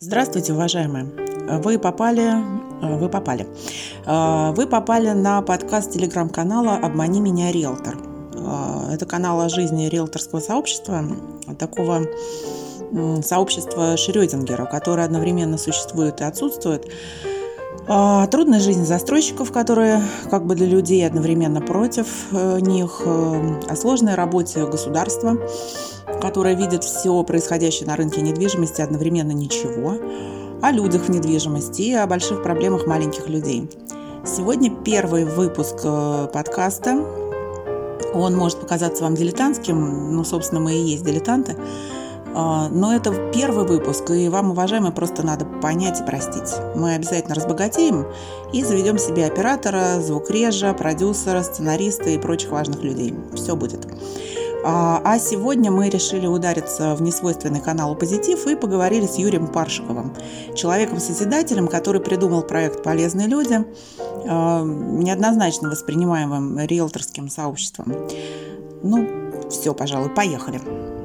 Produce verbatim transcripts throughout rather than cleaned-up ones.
Здравствуйте, уважаемые! Вы попали, вы попали, вы попали на подкаст телеграм-канала «Обмани меня, риэлтор». Это канал о жизни риэлторского сообщества, такого сообщества Шрёдингера, которое одновременно существует и отсутствует. Трудная жизнь застройщиков, которые как бы для людей одновременно против них, о сложной работе государства, которое видит все происходящее на рынке недвижимости одновременно ничего, о людях в недвижимости и о больших проблемах маленьких людей. Сегодня первый выпуск подкаста. Он может показаться вам дилетантским, ну, собственно, мы и есть дилетанты, но это первый выпуск, и вам, уважаемые, просто надо понять и простить. Мы обязательно разбогатеем и заведем себе оператора, звукрежа, продюсера, сценариста и прочих важных людей. Все будет. А сегодня мы решили удариться в несвойственный каналу «Позитив» и поговорили с Юрием Паршиковым, человеком-созидателем, который придумал проект «Полезные люди», неоднозначно воспринимаемым риэлторским сообществом. Ну, все, пожалуй, поехали.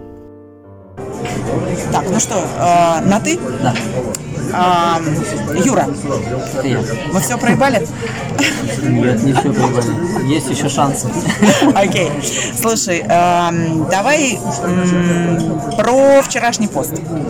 Так, ну что, э, на «ты»? Да. А, Юра, Это я. мы все проебали? Нет, не все проебали. Есть еще шансы. Окей. Слушай, эм, давай м, про вчерашний пост.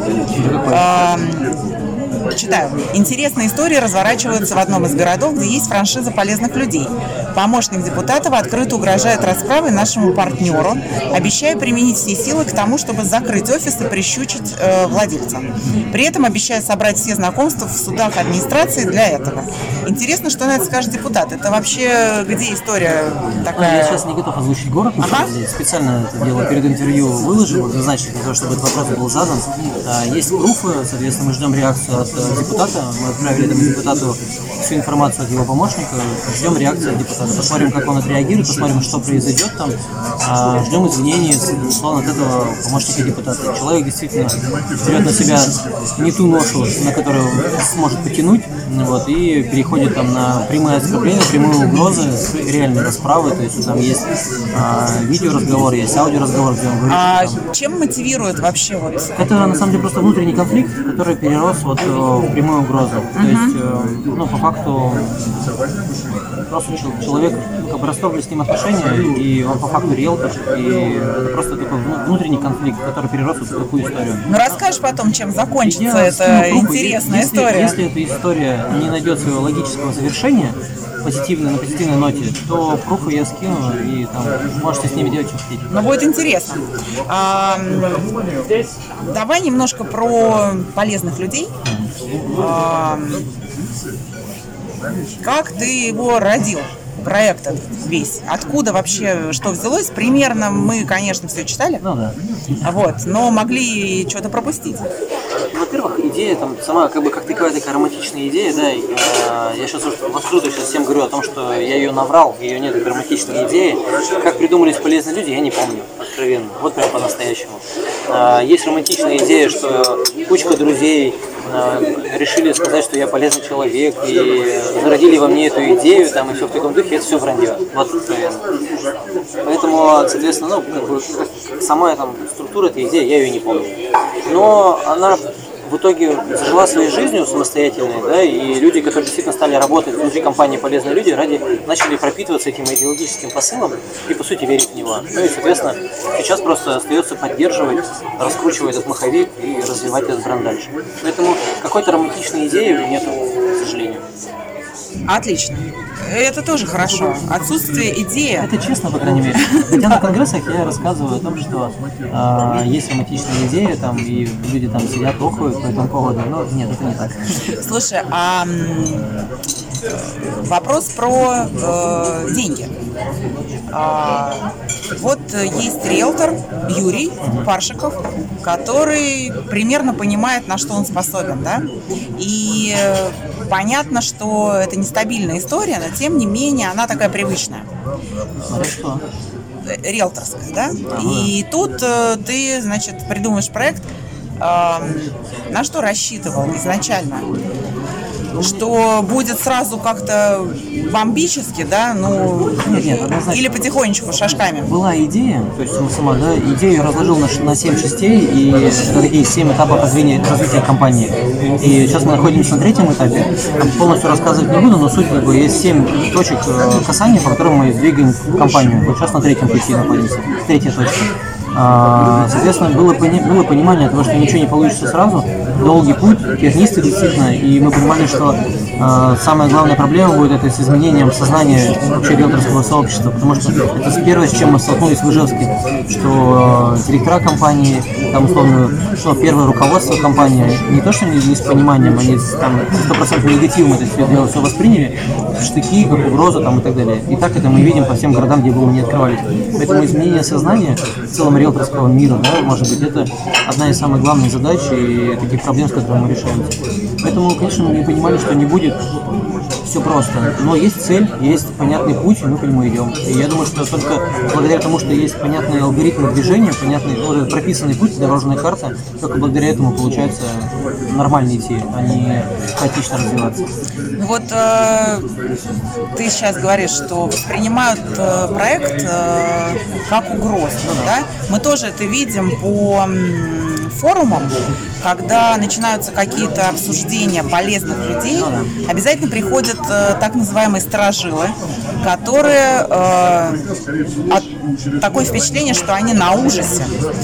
Эм, Читаю. Интересные истории разворачиваются в одном из городов, где есть франшиза полезных людей. Помощник депутата открыто угрожает расправой нашему партнеру, обещая применить все силы к тому, чтобы закрыть офис и прищучить э, владельца. При этом обещая собрать все знакомства в судах администрации для этого. Интересно, что на это скажет депутат. Это вообще где история такая? Я сейчас не готов озвучить город, на Ага. самом деле. Специально это дело перед интервью выложил, однозначно, для того, чтобы этот вопрос был задан. Есть пруфы, соответственно, мы ждем реакцию от депутата. Мы отправили этому депутату всю информацию от его помощника. Ждем реакции от депутата. Посмотрим, как он отреагирует, посмотрим, что произойдет там. Ждем извинений, условно, от этого помощника депутата. Человек действительно берет на себя не ту ношу, на которую сможет потянуть, вот, и переходит там на прямые оскорбления, прямые угрозы, реальные расправы. То есть там есть а, видеоразговор, есть аудиоразговор, где он говорит, А что там... чем мотивирует вообще вот? Это на самом деле просто внутренний конфликт, который перерос вот в прямую угрозу. Uh-huh. То есть, э, ну, по факту, просто человек, ну, как бы расторгли с ним отношения, и он по факту риэлтор, и это просто такой внутренний конфликт, который перерос вот в такую историю. Ну, расскажешь потом, чем закончится Я эта скину пруфы. интересная если, история. Если эта история не найдет своего логического завершения, позитивно, на позитивной ноте, то пруфы я скину, и там можете с ними делать, что хотите. Ну, будет интересно. А, давай немножко про полезных людей. А, как ты его родил? Проект этот весь. Откуда вообще что взялось? Примерно мы, конечно, все читали. Ну да. Вот, но могли что-то пропустить. Во-первых, идея там сама, как бы как таковая такая романтичная идея, да, и, э, я сейчас в открытую сейчас всем говорю о том, что я ее наврал, ее нет, этой романтичной идеи. Как придумались полезные люди, я не помню, откровенно, вот прям по-настоящему. Э, есть романтичная идея, что кучка друзей э, решили сказать, что я полезный человек, и зародили во мне эту идею, там, и все в таком духе, это все вранье, вот откровенно. Поэтому, соответственно, ну, как бы, сама там структура этой идеи, я ее не помню. Но она в итоге зажила своей жизнью самостоятельной, да, и люди, которые действительно стали работать внутри компании «Полезные люди», ради начали пропитываться этим идеологическим посылом и, по сути, верить в него. Ну и, соответственно, сейчас просто остается поддерживать, раскручивать этот маховик и развивать этот бренд дальше. Поэтому какой-то романтичной идеи нету, к сожалению. Отлично. Это тоже хорошо. Отсутствие идеи. Это честно, по крайней мере. Хотя на конгрессах я рассказываю о том, что э, есть романтичная идея, там, и люди там сидят, охуют по этому поводу. Но нет, это не так. Слушай, а вопрос про э, деньги. А, вот есть риэлтор Юрий Паршиков, который примерно понимает, на что он способен, да? И понятно, что это нестабильная история, но тем не менее она такая привычная. Хорошо. Риэлторская, да? Ага. И тут э, ты, значит, придумаешь проект, э, на что рассчитывал изначально? что будет сразу как-то бомбически, да, ну, нет, нет, однозначно. Или потихонечку, шажками. Была идея, то есть сама, да, идею разложил на, на семь частей, и это такие семь этапов развития, развития компании. И сейчас мы находимся на третьем этапе. Полностью рассказывать не буду, но суть как бы есть семь точек касания, по которым мы двигаем компанию. Вот сейчас на третьем пути находимся, третья точка. Соответственно, было, было понимание того, что ничего не получится сразу, долгий путь, тернистый действительно, и мы понимали, что э, самая главная проблема будет это с изменением сознания вообще риэлторского сообщества, потому что это первое, с чем мы столкнулись в Ижевске, что э, директора компании, там условно, что первое руководство компании, не то что не, не с пониманием, они там сто процентов негативом это все дело все восприняли, штыки, как угрозу там и так далее. И так это мы видим по всем городам, где бы мы не открывались. Поэтому изменение сознания в целом риэлторского мира, да, может быть, это одна из самых главных задач и таких проблем, с которыми мы решаемся. Поэтому, конечно, мы понимали, что не будет все просто, но есть цель, есть понятный путь, и мы по нему идем. И я думаю, что только благодаря тому, что есть понятный алгоритм движения, понятный, ну, прописанный путь, дорожная карта, только благодаря этому получается нормально идти, а не хаотично развиваться. Вот э, ты сейчас говоришь, что воспринимают э, проект э, как угрозу, да? Мы тоже это видим по м, форумам, когда начинаются какие-то обсуждения полезных людей, обязательно приходят э, так называемые сторожилы, которые э, от, такое впечатление, что они на ужасе.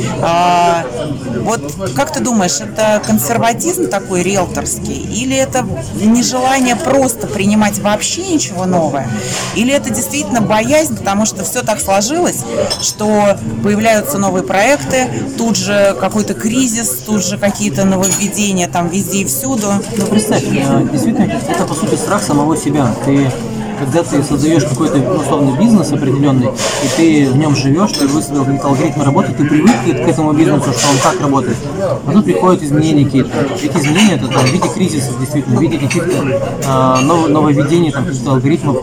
А, вот как ты думаешь, это консерватизм такой риэлторский, или это нежелание просто принимать вообще ничего новое, или это действительно боязнь, потому что все так сложилось, что появляются новые проекты, тут же какой-то кризис, тут же какие-то нововведения там везде и всюду. Ну, представь, действительно, это по сути страх самого себя. Ты когда ты создаешь какой-то условный бизнес определенный, и ты в нем живешь, ты выставил какие-то алгоритмы работы, ты привык к этому бизнесу, что он так работает. А тут приходят изменения какие-то. Эти изменения это там, в виде кризисов, действительно, в виде каких-то а, нов, нововведений, там, каких-то алгоритмов,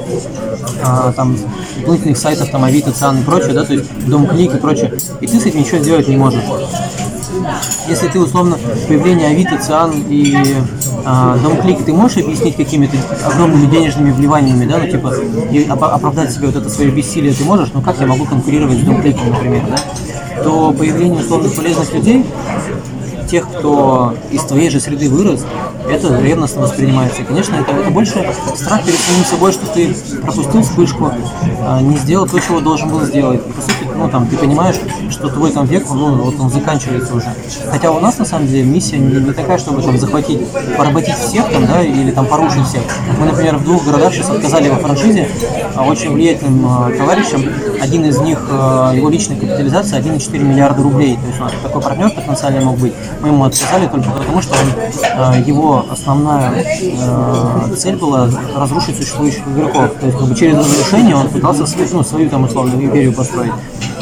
а, там, дополнительных сайтов, там, Авито, ЦИАН и прочее, да, то есть Дом.Клик и прочее. И ты с этим ничего сделать не можешь. Если ты, условно, появление Авито, ЦИАН и а, Дом.Клик, ты можешь объяснить какими-то огромными денежными вливаниями, да, ну, типа, и оправдать себе вот это свое бессилие ты можешь, но как я могу конкурировать с Дом.Кликом, например, да, то появление условно полезных людей, тех, кто из твоей же среды вырос, это ревностно воспринимается. И, конечно, это, это больше страх перед самим собой, что ты пропустил вспышку, не сделал то, чего должен был сделать. И, по сути, ну, там, ты понимаешь, что твой там век, ну, вот он заканчивается уже. Хотя у нас, на самом деле, миссия не, не такая, чтобы там захватить, поработить всех там, да, или там порушить всех. Мы, например, в двух городах сейчас отказали во франшизе очень влиятельным э, товарищам. Один из них, э, его личная капитализация один целых четыре миллиарда рублей. То есть у нас такой партнер потенциально мог быть. Мы ему отказали только потому, что он, э, его основная э, цель была разрушить существующих игроков. То есть как бы через разрушение он пытался свою, ну, свою там условную империю построить.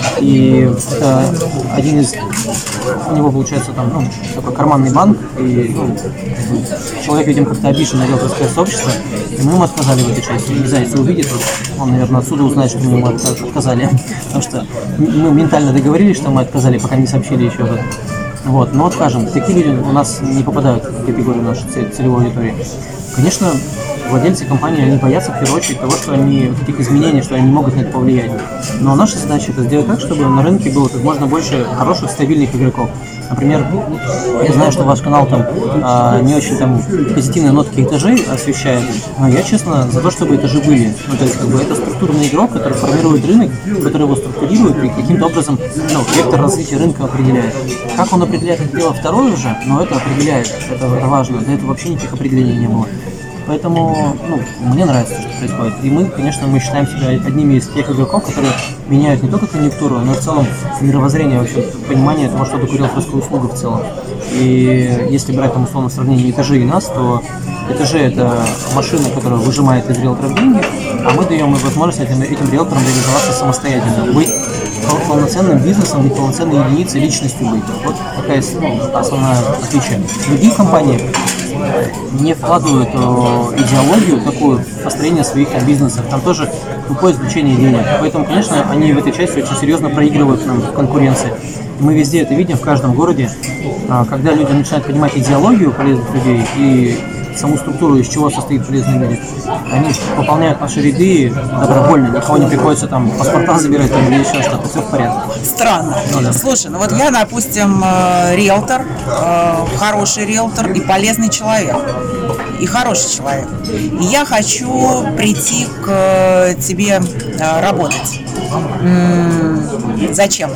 И это один из, у него получается там, ну, такой карманный банк, и ну, человек, видимо, как-то обижен на риэлторское сообщество, и мы ему отказали в этой части. Не знаю, если увидит, он, наверное, отсюда узнает, что мы ему отказали, потому что мы ментально договорились, что мы отказали, пока не сообщили еще об этом. Вот, но вот скажем, такие люди у нас не попадают в категорию нашей целевой аудитории. Конечно, владельцы компании, они боятся в первую очередь того, что они, таких изменений, что они не могут на это повлиять. Но наша задача это сделать так, чтобы на рынке было как можно больше хороших, стабильных игроков. Например, я знаю, что ваш канал там а, не очень там позитивные нотки этажей освещает, но я, честно, за то, чтобы этажи были. Ну, то есть, как бы, это структурный игрок, который формирует рынок, который его структурирует и каким-то образом, ну, вектор развития рынка определяет. Как он определяет это дело второе уже, но это определяет, это, это важно. До этого вообще никаких определений не было. Поэтому, ну, мне нравится то, что происходит. И мы, конечно, мы считаем себя одними из тех игроков, которые меняют не только конъюнктуру, но и в целом мировоззрение, вообще, понимание того, что такое риэлторская услуга в целом. И если брать там условно сравнение этажей и нас, то этажи – это машина, которая выжимает из риэлторов деньги, а мы даем им возможность этим, этим риэлторам реализоваться самостоятельно, быть полноценным бизнесом, быть полноценной единицей, личностью быть. Вот такая, ну, основная отличие. Другие компании не вкладывают о, идеологию такую в построение своих там, бизнесов. Там тоже тупое извлечение денег. Поэтому, конечно, они в этой части очень серьезно проигрывают нам в конкуренции. Мы везде это видим, в каждом городе, когда люди начинают понимать идеологию полезных людей и саму структуру, из чего состоит полезные люди. Они пополняют наши ряды добровольно, никого не приходится там паспорта забирать там, или еще что-то, все в порядке. Странно. Ну, да. Слушай, ну вот я, допустим, риэлтор, хороший риэлтор и полезный человек. И хороший человек. И я хочу прийти к тебе работать. М-м- зачем?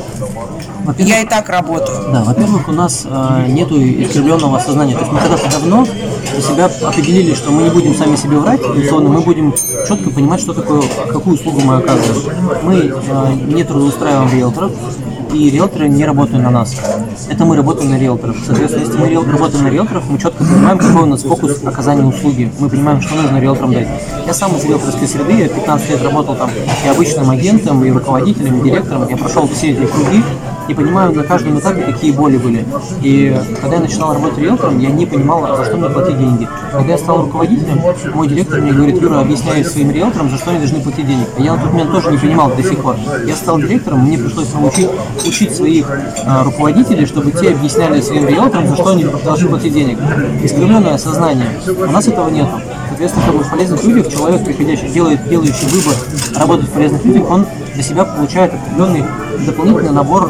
Я и так работаю. Да, во-первых, у нас э, нету искривленного сознания. То есть мы когда-то давно для себя определили, что мы не будем сами себе врать, безусловно, мы будем четко понимать, что такое, какую услугу мы оказываем. Мы э, не трудоустраиваем риэлторов, и риэлторы не работают на нас. Это мы работаем на риэлторов. Соответственно, если мы работаем на риэлторов, мы четко понимаем, какой у нас фокус оказания услуги. Мы понимаем, что нужно риэлторам дать. Я сам из риэлторской среды, я пятнадцать лет работал там и обычным агентом, и руководителем, и директором. Я прошел все эти круги и понимаю на каждом этапе, какие боли были. И когда я начинал работать риэлтором, я не понимал, за что мне платить деньги. Когда я стал руководителем, мой директор мне говорит: Юра, объясняй своим риэлторам, за что они должны платить денег. А я на тот момент тоже не понимал до сих пор. Я стал директором, мне пришлось научить учить своих а, руководителей, чтобы те объясняли своим риэлторам, за что они должны платить денег. Искривленное сознание. У нас этого нету. Соответственно, как бы в полезных людях человек, приходящий, делает, делающий выбор работать в полезных людях, он для себя получает определенный дополнительный набор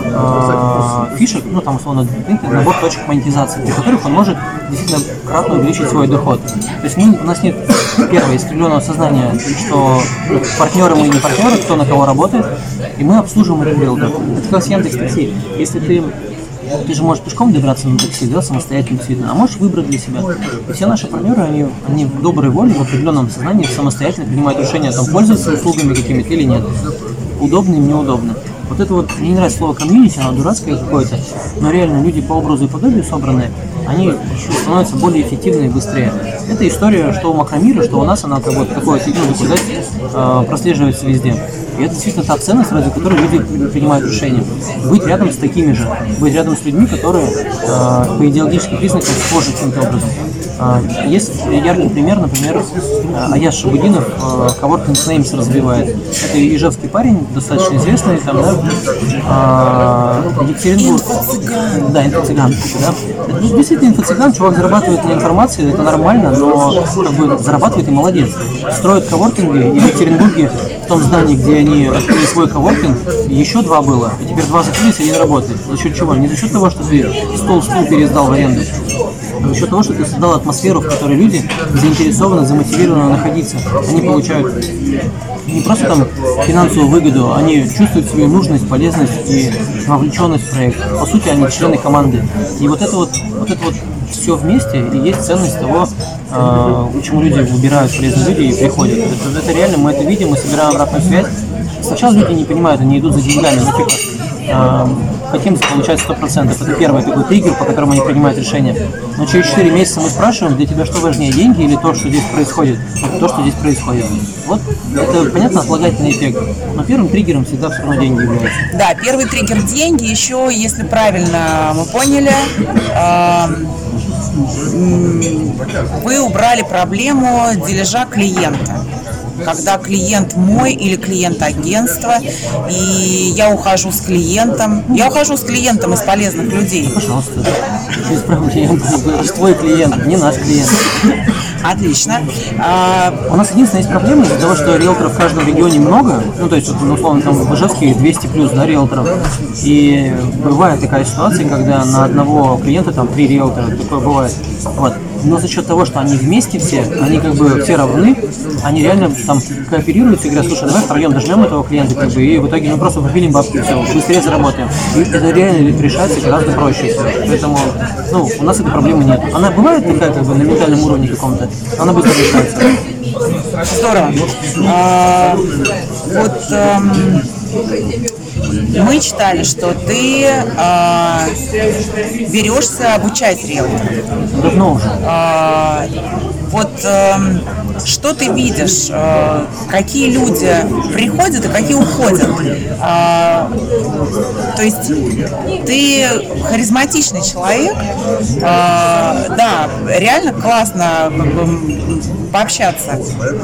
э, фишек, ну там условно дополнительный набор точек монетизации, при которых он может действительно кратно увеличить свой доход. То есть мы, у нас нет первого искривленного сознания, что партнеры мы и не партнеры, кто на кого работает, и мы обслуживаем этих риэлторов. Это как с Яндекс.Такси. Если ты Ты же можешь пешком добраться на такси, да, самостоятельно, действительно, а можешь выбрать для себя. И все наши партнеры, они, они в доброй воле, в определенном сознании самостоятельно принимают решение, там, пользоваться услугами какими-то или нет. Удобно им, неудобно. Вот это вот, мне не нравится слово комьюнити, оно дурацкое какое-то, но реально люди по образу и подобию собранные, они еще становятся более эффективны и быстрее. Это история, что у Макромира, что у нас, она как бы такое, ну, сказать, э, прослеживается везде. И это действительно та ценность, ради которой люди принимают решения. Быть рядом с такими же, быть рядом с людьми, которые э, по идеологическим признакам схожи каким-то образом. Э, есть яркий пример, например, э, Аяз Шабудинов, э, Coworking Names развивает. Это ижевский парень, достаточно известный, там, да, э, Екатеринбург. Да, инфо-цыган. Да. Это действительно инфо-цыган, чувак зарабатывает на информации, это нормально, но как бы зарабатывает и молодец. Строит коворкинги, и в Екатеринбурге, в том здании, где они открыли свой коворкинг, еще два было, и теперь два закрылись, один работает. За счет чего? Не за счет того, что ты стол-стул пересдал в аренду, а за счет того, что ты создал атмосферу, в которой люди заинтересованы, замотивированы находиться. Они получают не просто там финансовую выгоду, они чувствуют свою нужность, полезность и вовлеченность в проект. По сути, они члены команды. И вот это вот, вот это вот все вместе и есть ценность того, э, почему люди выбирают полезные люди и приходят. Это, это реально, мы это видим, мы собираем обратную связь. Сначала люди не понимают, они идут за деньгами, ну типа э, хотим получать сто процентов. Это первый такой триггер, по которому они принимают решение. Но через четыре месяца мы спрашиваем, для тебя что важнее, деньги или то, что здесь происходит? Вот то, что здесь происходит. Вот это, понятно, отлагательный эффект. Но первым триггером всегда все равно деньги являются. Да, первый триггер – деньги. Еще, если правильно мы поняли, э, вы убрали проблему дележа клиента. Когда клиент мой или клиент агентства, и я ухожу с клиентом. Я ухожу с клиентом из полезных людей. Пожалуйста, без проблем. Твой клиент, не наш клиент. Отлично. А, у нас единственная есть проблема из-за того, что риэлторов в каждом регионе много, ну то есть, вот, условно, там в Ижевске двести плюс, да, риэлторов, и бывает такая ситуация, когда на одного клиента там три риэлтора, такое бывает, вот. Но за счет того, что они вместе все, они как бы все равны, они реально там кооперируются и говорят: слушай, давай втроем дожмем этого клиента, как бы, и в итоге мы просто попилим бабки, все, быстрее заработаем. И это реально решается гораздо проще. Поэтому, ну, у нас этой проблемы нет. Она бывает такая, как бы, на ментальном уровне каком-то, она быстро решается. Здорово. А, вот эм, мы читали, что ты а, берешься обучать риэлторов. Давно уже. А, вот эм, что ты видишь, э, какие люди приходят и какие уходят. Э, то есть ты харизматичный человек, э, да, реально классно как бы, пообщаться.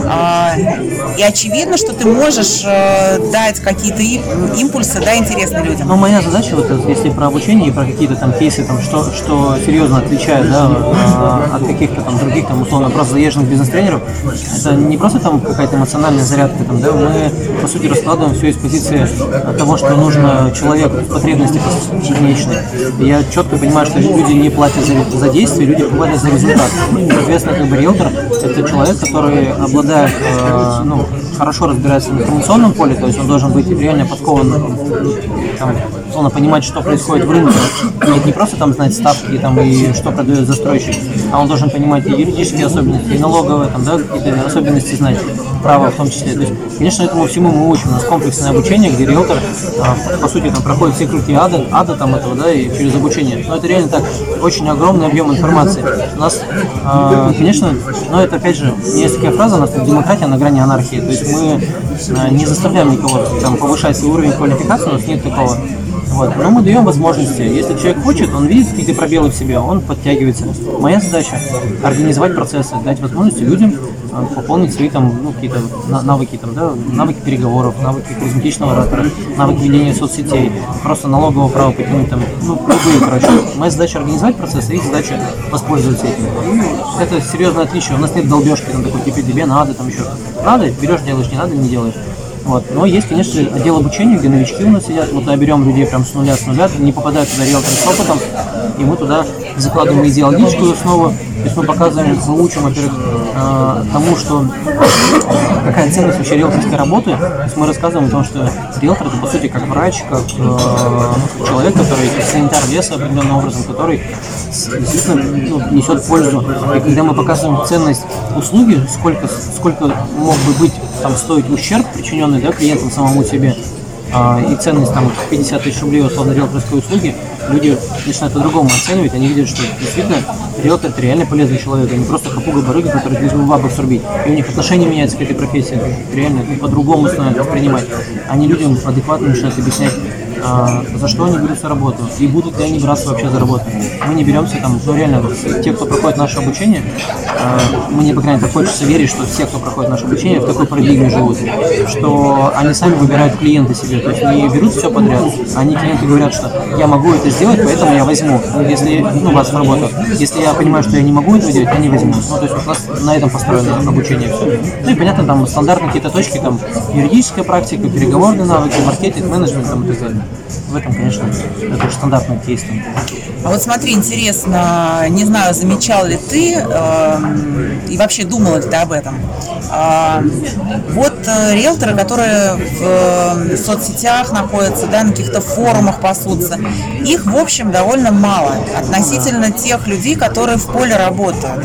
Э, и очевидно, что ты можешь э, дать какие-то импульсы, да, интересные людям. Но моя задача, вот, если про обучение и про какие-то там кейсы, там, что, что серьезно отличает, да, от каких-то там других, там, условно, просто заезженных бизнес-тренеров, это не просто там какая-то эмоциональная зарядка, там, да, мы, по сути, раскладываем все из позиции того, что нужно человеку в потребностях конечной. Я четко понимаю, что люди не платят за, за действие, люди платят за результат. Соответственно, как бы риэлтор – это человек, который обладает, э, ну, хорошо разбирается в информационном поле, то есть он должен быть реально подкован, там, условно, понимать, что происходит в рынке. Нет, не просто там знать ставки там, и что продает застройщик, а он должен понимать и юридические особенности, и налоговые, там, да, какие-то особенности знать, право в том числе. То есть, конечно, этому всему мы учим. У нас комплексное обучение, где риэлтор, а, по сути, там, проходит все круги ада, ада там, этого, да, и через обучение. Но это реально так, очень огромный объем информации. У нас, а, конечно, но это, опять же, есть такая фраза, у нас тут демократия на грани анархии. То есть мы а, не заставляем никого там, повышать свой уровень квалификации, у нас нет такого. Вот. Но мы даем возможности. Если человек хочет, он видит какие-то пробелы в себе, он подтягивается. Моя задача – организовать процессы, дать возможности людям э, пополнить свои там, ну, какие-то навыки, там, да, навыки переговоров, навыки харизматичного оратора, навыки ведения соцсетей, просто налогового права потянуть, там, ну, любые, короче. Моя задача – организовать процессы, их задача – воспользоваться этим. И это серьезное отличие. У нас нет долбежки, там, такой, типа, тебе надо, там, еще. Надо, берешь, делаешь, не надо, не делаешь. Вот. Но есть, конечно, отдел обучения, где новички у нас сидят. Вот мы берем людей прям с нуля, с нуля, не попадают туда риэлторы с опытом, и мы туда закладываем идеологическую основу. То есть мы показываем, мы учим, во-первых, э, тому, что какая ценность вообще риэлторской работы. То есть мы рассказываем о том, что риэлтор это, по сути, как врач, как, э, как человек, который как санитар леса определенным образом, который действительно, ну, несет пользу. И когда мы показываем ценность услуги, сколько, сколько мог бы быть там стоить ущерб, причиненный, да, клиентам самому себе, а, и ценность там пятьдесят тысяч рублей условно риэлторской услуги, люди начинают по-другому оценивать, они видят, что действительно риэлтор это реально полезный человек, а не просто хапуга-барыга, который без бабок срубить. И у них отношение меняется к этой профессии, реально по-другому становится воспринимать. Они людям адекватно начинают объяснять, а, за что они берутся работу и будут ли они браться вообще за работу. Мы не беремся там, ну реально, те, кто проходит наше обучение, а, мне, по крайней мере, хочется верить, что все, кто проходит наше обучение, в такой парадигме живут, что они сами выбирают клиенты себе, то есть не берут все подряд, они клиенты говорят, что я могу это сделать, поэтому я возьму, если, ну, вас в работу, если я понимаю, что я не могу этого делать, я не возьму. Ну, то есть у нас на этом построено обучение все. Ну и понятно, там стандартные какие-то точки, там юридическая практика, переговорные навыки, маркетинг, менеджмент там, и так далее. В этом, конечно, это же стандартный кейс. А вот смотри, интересно, не знаю, замечал ли ты э, и вообще думал ли ты об этом? Э, вот э, риэлторы, которые в э, соцсетях находятся, да, на каких-то форумах пасутся, их, в общем, довольно мало относительно тех людей, которые в поле работают.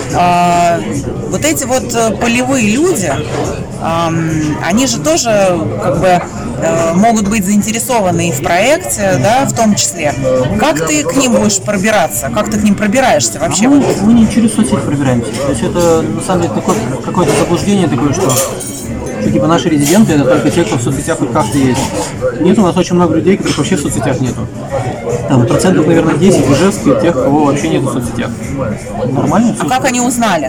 Э, вот эти вот полевые люди, э, они же тоже как бы э, могут быть заинтересованы и в проекте, да, в том числе. Как ты к ним будешь пробираться? Как ты к ним пробираешься вообще? А мы, мы не через соцсети пробираемся. То есть это на самом деле такое, какое-то заблуждение такое, что, что типа наши резиденты это только те, кто в соцсетях хоть как-то есть. Нет, у нас очень много людей, которых вообще в соцсетях нету. Там процентов, наверное, десять в Ижевске тех, кого вообще нету в соцсетях. Нормально все. А как они узнали?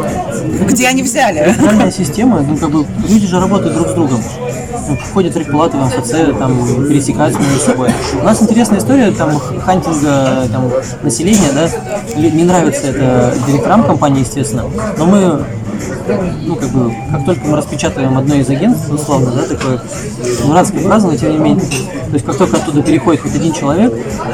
Где они взяли? Нормальная система, ну как бы люди же работают друг с другом. Ходят рекламаты в эм эф цэ, там, пересекаются между собой. У нас интересная история там, хантинга там, населения, да, не нравится это директорам компании, естественно, но мы, ну, как бы, как только мы распечатываем одно из агентств, условно, да, такое дурацкая фраза, но тем не менее, то есть как только оттуда переходит хоть один человек,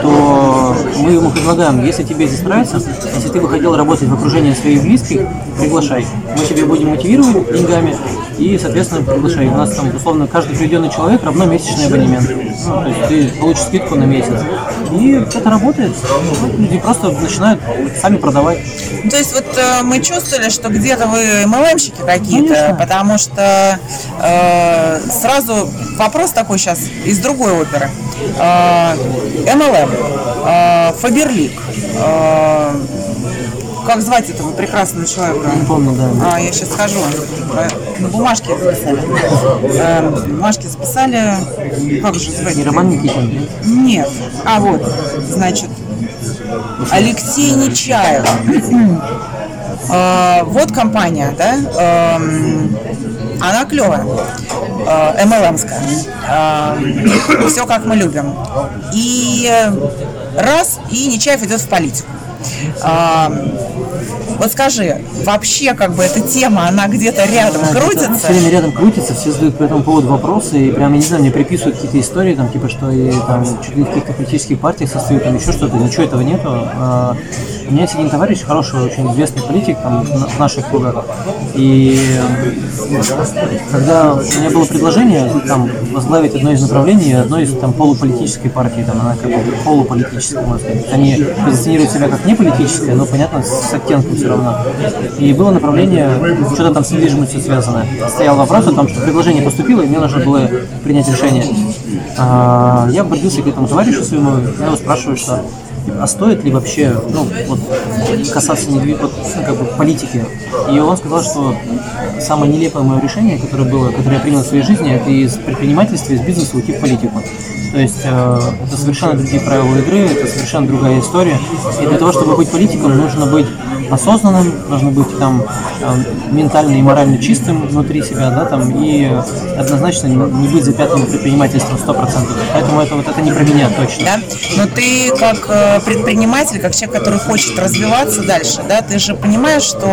то мы ему предлагаем, если тебе здесь нравится, если ты бы хотел работать в окружении своих близких, приглашай. Мы тебе будем мотивировать деньгами и, соответственно, приглашай. У нас там, условно, каждый приведенный человек равно месячный абонемент. Ну, то есть ты получишь скидку на месяц. И это работает. Люди просто начинают сами продавать. То есть вот э, мы чувствовали, что где-то вы эм эл эм-щики какие-то, конечно, потому что э, сразу вопрос такой сейчас из другой оперы. Э, эм эл эм, э, Faberlic, э, как звать этого прекрасного человека? Не помню, да. А, я сейчас скажу. На бумажке записали. На бумажке записали. Как же звать? Не Роман Никитин? Нет. А вот, значит, Алексей Нечаев. Вот компания, да? Она клевая. эм эл эм-ская. Все как мы любим. И раз, и Нечаев идет в политику. Вот скажи, вообще как бы эта тема, она где-то рядом да, крутится? Все время рядом крутится, все задают по этому поводу вопросы, и прям, я не знаю, мне приписывают какие-то истории, там, типа, что и там чуть ли в каких-то политических партиях состоят, там еще что-то, ничего этого нету. А, у меня есть один товарищ, хороший, очень известный политик там, в наших кругах, и когда у меня было предложение там, возглавить одно из направлений, одной из там, полуполитической партии, там, она как бы полуполитическая, можно сказать. Они позиционируют себя как не политическая, но, понятно, с оттенком все равно. И было направление, что-то там с недвижимостью связано. Стоял вопрос о том, что предложение поступило, и мне нужно было принять решение. А, я обратился к этому товарищу своему, я его спрашиваю, что а стоит ли вообще ну, вот, касаться недвиж... вот, ну, как бы, политики. И он сказал, что самое нелепое мое решение, которое было, которое я принял в своей жизни, это из предпринимательства, из бизнеса уйти в политику. То есть э, это совершенно другие правила игры, это совершенно другая история. И для того, чтобы быть политиком, нужно быть осознанным, нужно быть там э, ментально и морально чистым внутри себя, да, там, и однозначно не, не быть запятнанным предпринимательством сто процентов. Поэтому это вот это не про меня точно. Да? Но ты как э, предприниматель, как человек, который хочет развиваться дальше, да, ты же понимаешь, что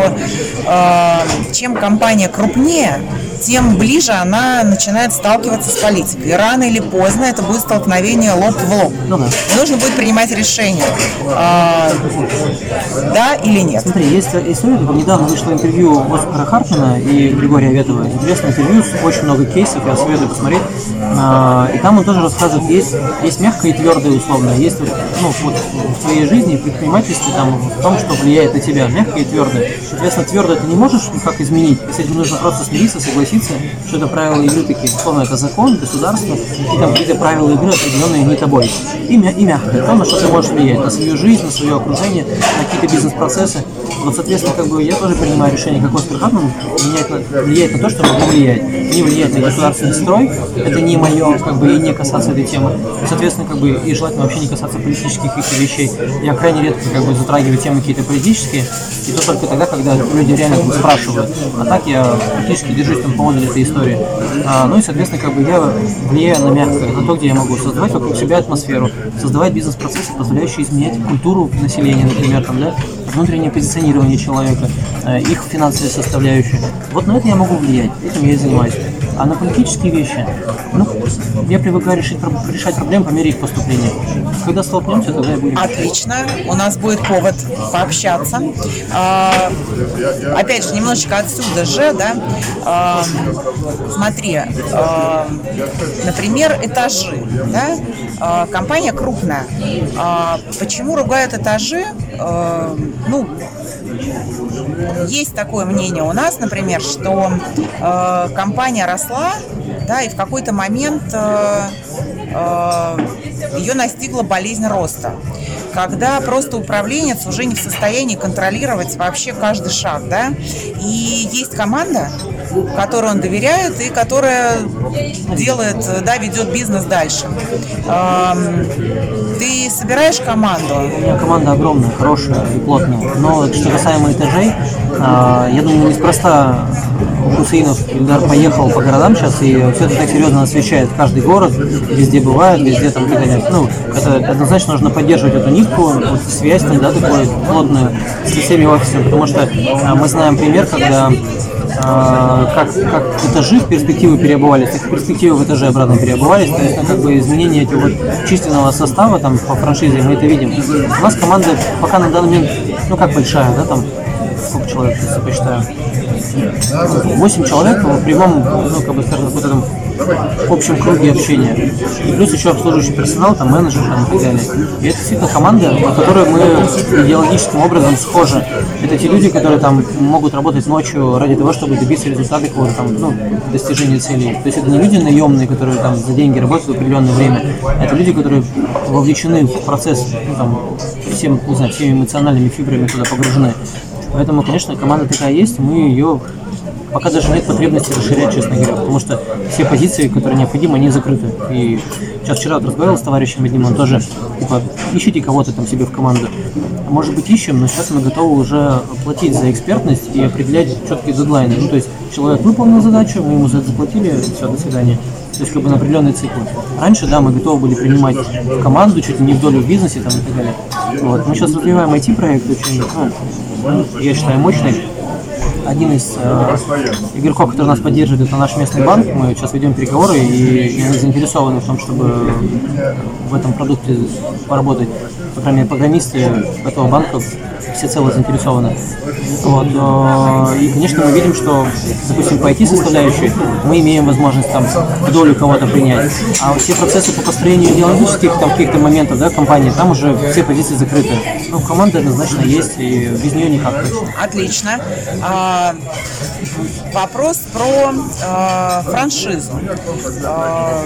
э, чем компания крупнее, тем ближе она начинает сталкиваться с политикой. И рано или поздно это будет столкновение лоб в лоб. Ну, да. И нужно будет принимать решение, а, да или нет. Смотри, есть история, недавно вышло интервью Оскара Хартмана и Григория Ветова. Интересное интервью, очень много кейсов, я советую посмотреть. А, и там он тоже рассказывает, есть, есть мягкое и твердое условно. Есть ну, вот, в твоей жизни, в предпринимательстве, там, в том, что влияет на тебя, мягкое и твердое. Соответственно, твердое ты не можешь никак изменить, и с этим нужно просто смириться, согласиться, что это правила игры такие, условно, это закон, государство, и там какие-то правила игры, определенные не тобой. И, мя- и мягкое, то, на что ты можешь влиять, на свою жизнь, на свое окружение, на какие-то бизнес-процессы. Вот, соответственно, как бы я тоже принимаю решение, как Оскар Хартман, влияет на, влияет на то, что могу влиять. Не влиять на государственный строй, это не мое, как бы, и не касаться этой темы. И, соответственно, как бы, и желательно вообще не касаться политических каких-то вещей. Я крайне редко, как бы, затрагиваю темы какие-то политические, и то только тогда, когда люди реально там, спрашивают. А так я практически держусь там по модели этой истории. А, ну и, соответственно, как бы я влияю на мягкое, на то, где я могу создавать вокруг себя атмосферу, создавать бизнес-процессы, позволяющие изменять культуру населения, например, там, да, внутреннее позиционирование человека, их финансовые составляющие. Вот на это я могу влиять, этим я и занимаюсь. А на политические вещи, ну, я привыкаю решить, решать проблемы по мере их поступления. Когда столкнемся, тогда я буду. Отлично, у нас будет повод пообщаться. А, опять же, немножечко отсюда же, да. А, смотри, а, например, этажи, да. А, компания крупная. А, почему ругают этажи? А, ну, есть такое мнение у нас, например, что э, компания росла, да, и в какой-то момент э, э, ее настигла болезнь роста, когда просто управленец уже не в состоянии контролировать вообще каждый шаг, да, и есть команда, которой он доверяет и которая делает, да, ведет бизнес дальше. Эм, ты собираешь команду? У меня команда огромная, хорошая и плотная. Но что касаемо этажей, я думаю, неспроста Хусейнов Ильдар поехал по городам сейчас, и все это так серьезно освещает каждый город, везде бывает, везде там какая-то, ну, это однозначно нужно поддерживать эту нитку, вот, связь там, да, такую плотную с всеми офисами, потому что мы знаем пример, когда Как, как этажи в перспективу переобувались, так и перспективы в этаже обратно переобувались. То есть, ну, как бы изменение этого вот численного состава там, по франшизе мы это видим. У нас команда пока на данный момент, ну как большая, да, там сколько человек, сейчас я посчитаю, восемь человек в прямом, ну, как бы, скажем, вот этом в общем круге общения. И плюс еще обслуживающий персонал, там, менеджер там, и так далее. И это действительно команда, по которой мы идеологическим образом схожи. Это те люди, которые там могут работать ночью ради того, чтобы добиться результата какого-то там, ну, достижения целей. То есть это не люди наемные, которые там за деньги работают в определенное время. Это люди, которые вовлечены в процесс, ну, там, всем, не знаю, всеми эмоциональными фибрами туда погружены. Поэтому, конечно, команда такая есть, мы ее пока даже нет потребности расширять, честно говоря, потому что все позиции, которые необходимы, они закрыты. И сейчас вчера вот разговаривал с товарищем одним, он тоже, типа, ищите кого-то там себе в команду. Может быть, ищем, но сейчас мы готовы уже платить за экспертность и определять четкие дедлайны. Ну, то есть человек выполнил задачу, мы ему за это заплатили, все, до свидания. То есть как бы на определенный цикл. Раньше, да, мы готовы были принимать в команду, чуть ли не в долю в бизнесе там, и так далее. Вот. Мы сейчас развиваем ай ти-проект очень, ну, я считаю, мощный. Один из э, игроков, который нас поддерживает, это наш местный банк. Мы сейчас ведем переговоры и, и мы заинтересованы в том, чтобы в этом продукте поработать. По крайней мере, программисты этого банка всецело заинтересованы. Вот. И, конечно, мы видим, что, допустим, по ай ти-составляющей мы имеем возможность там долю кого-то принять. А все процессы по построению идеологических там, каких-то моментов, да, компании, там уже все позиции закрыты. Ну, команда однозначно есть, и без нее никак. Отлично. А, вопрос про а, франшизу. А,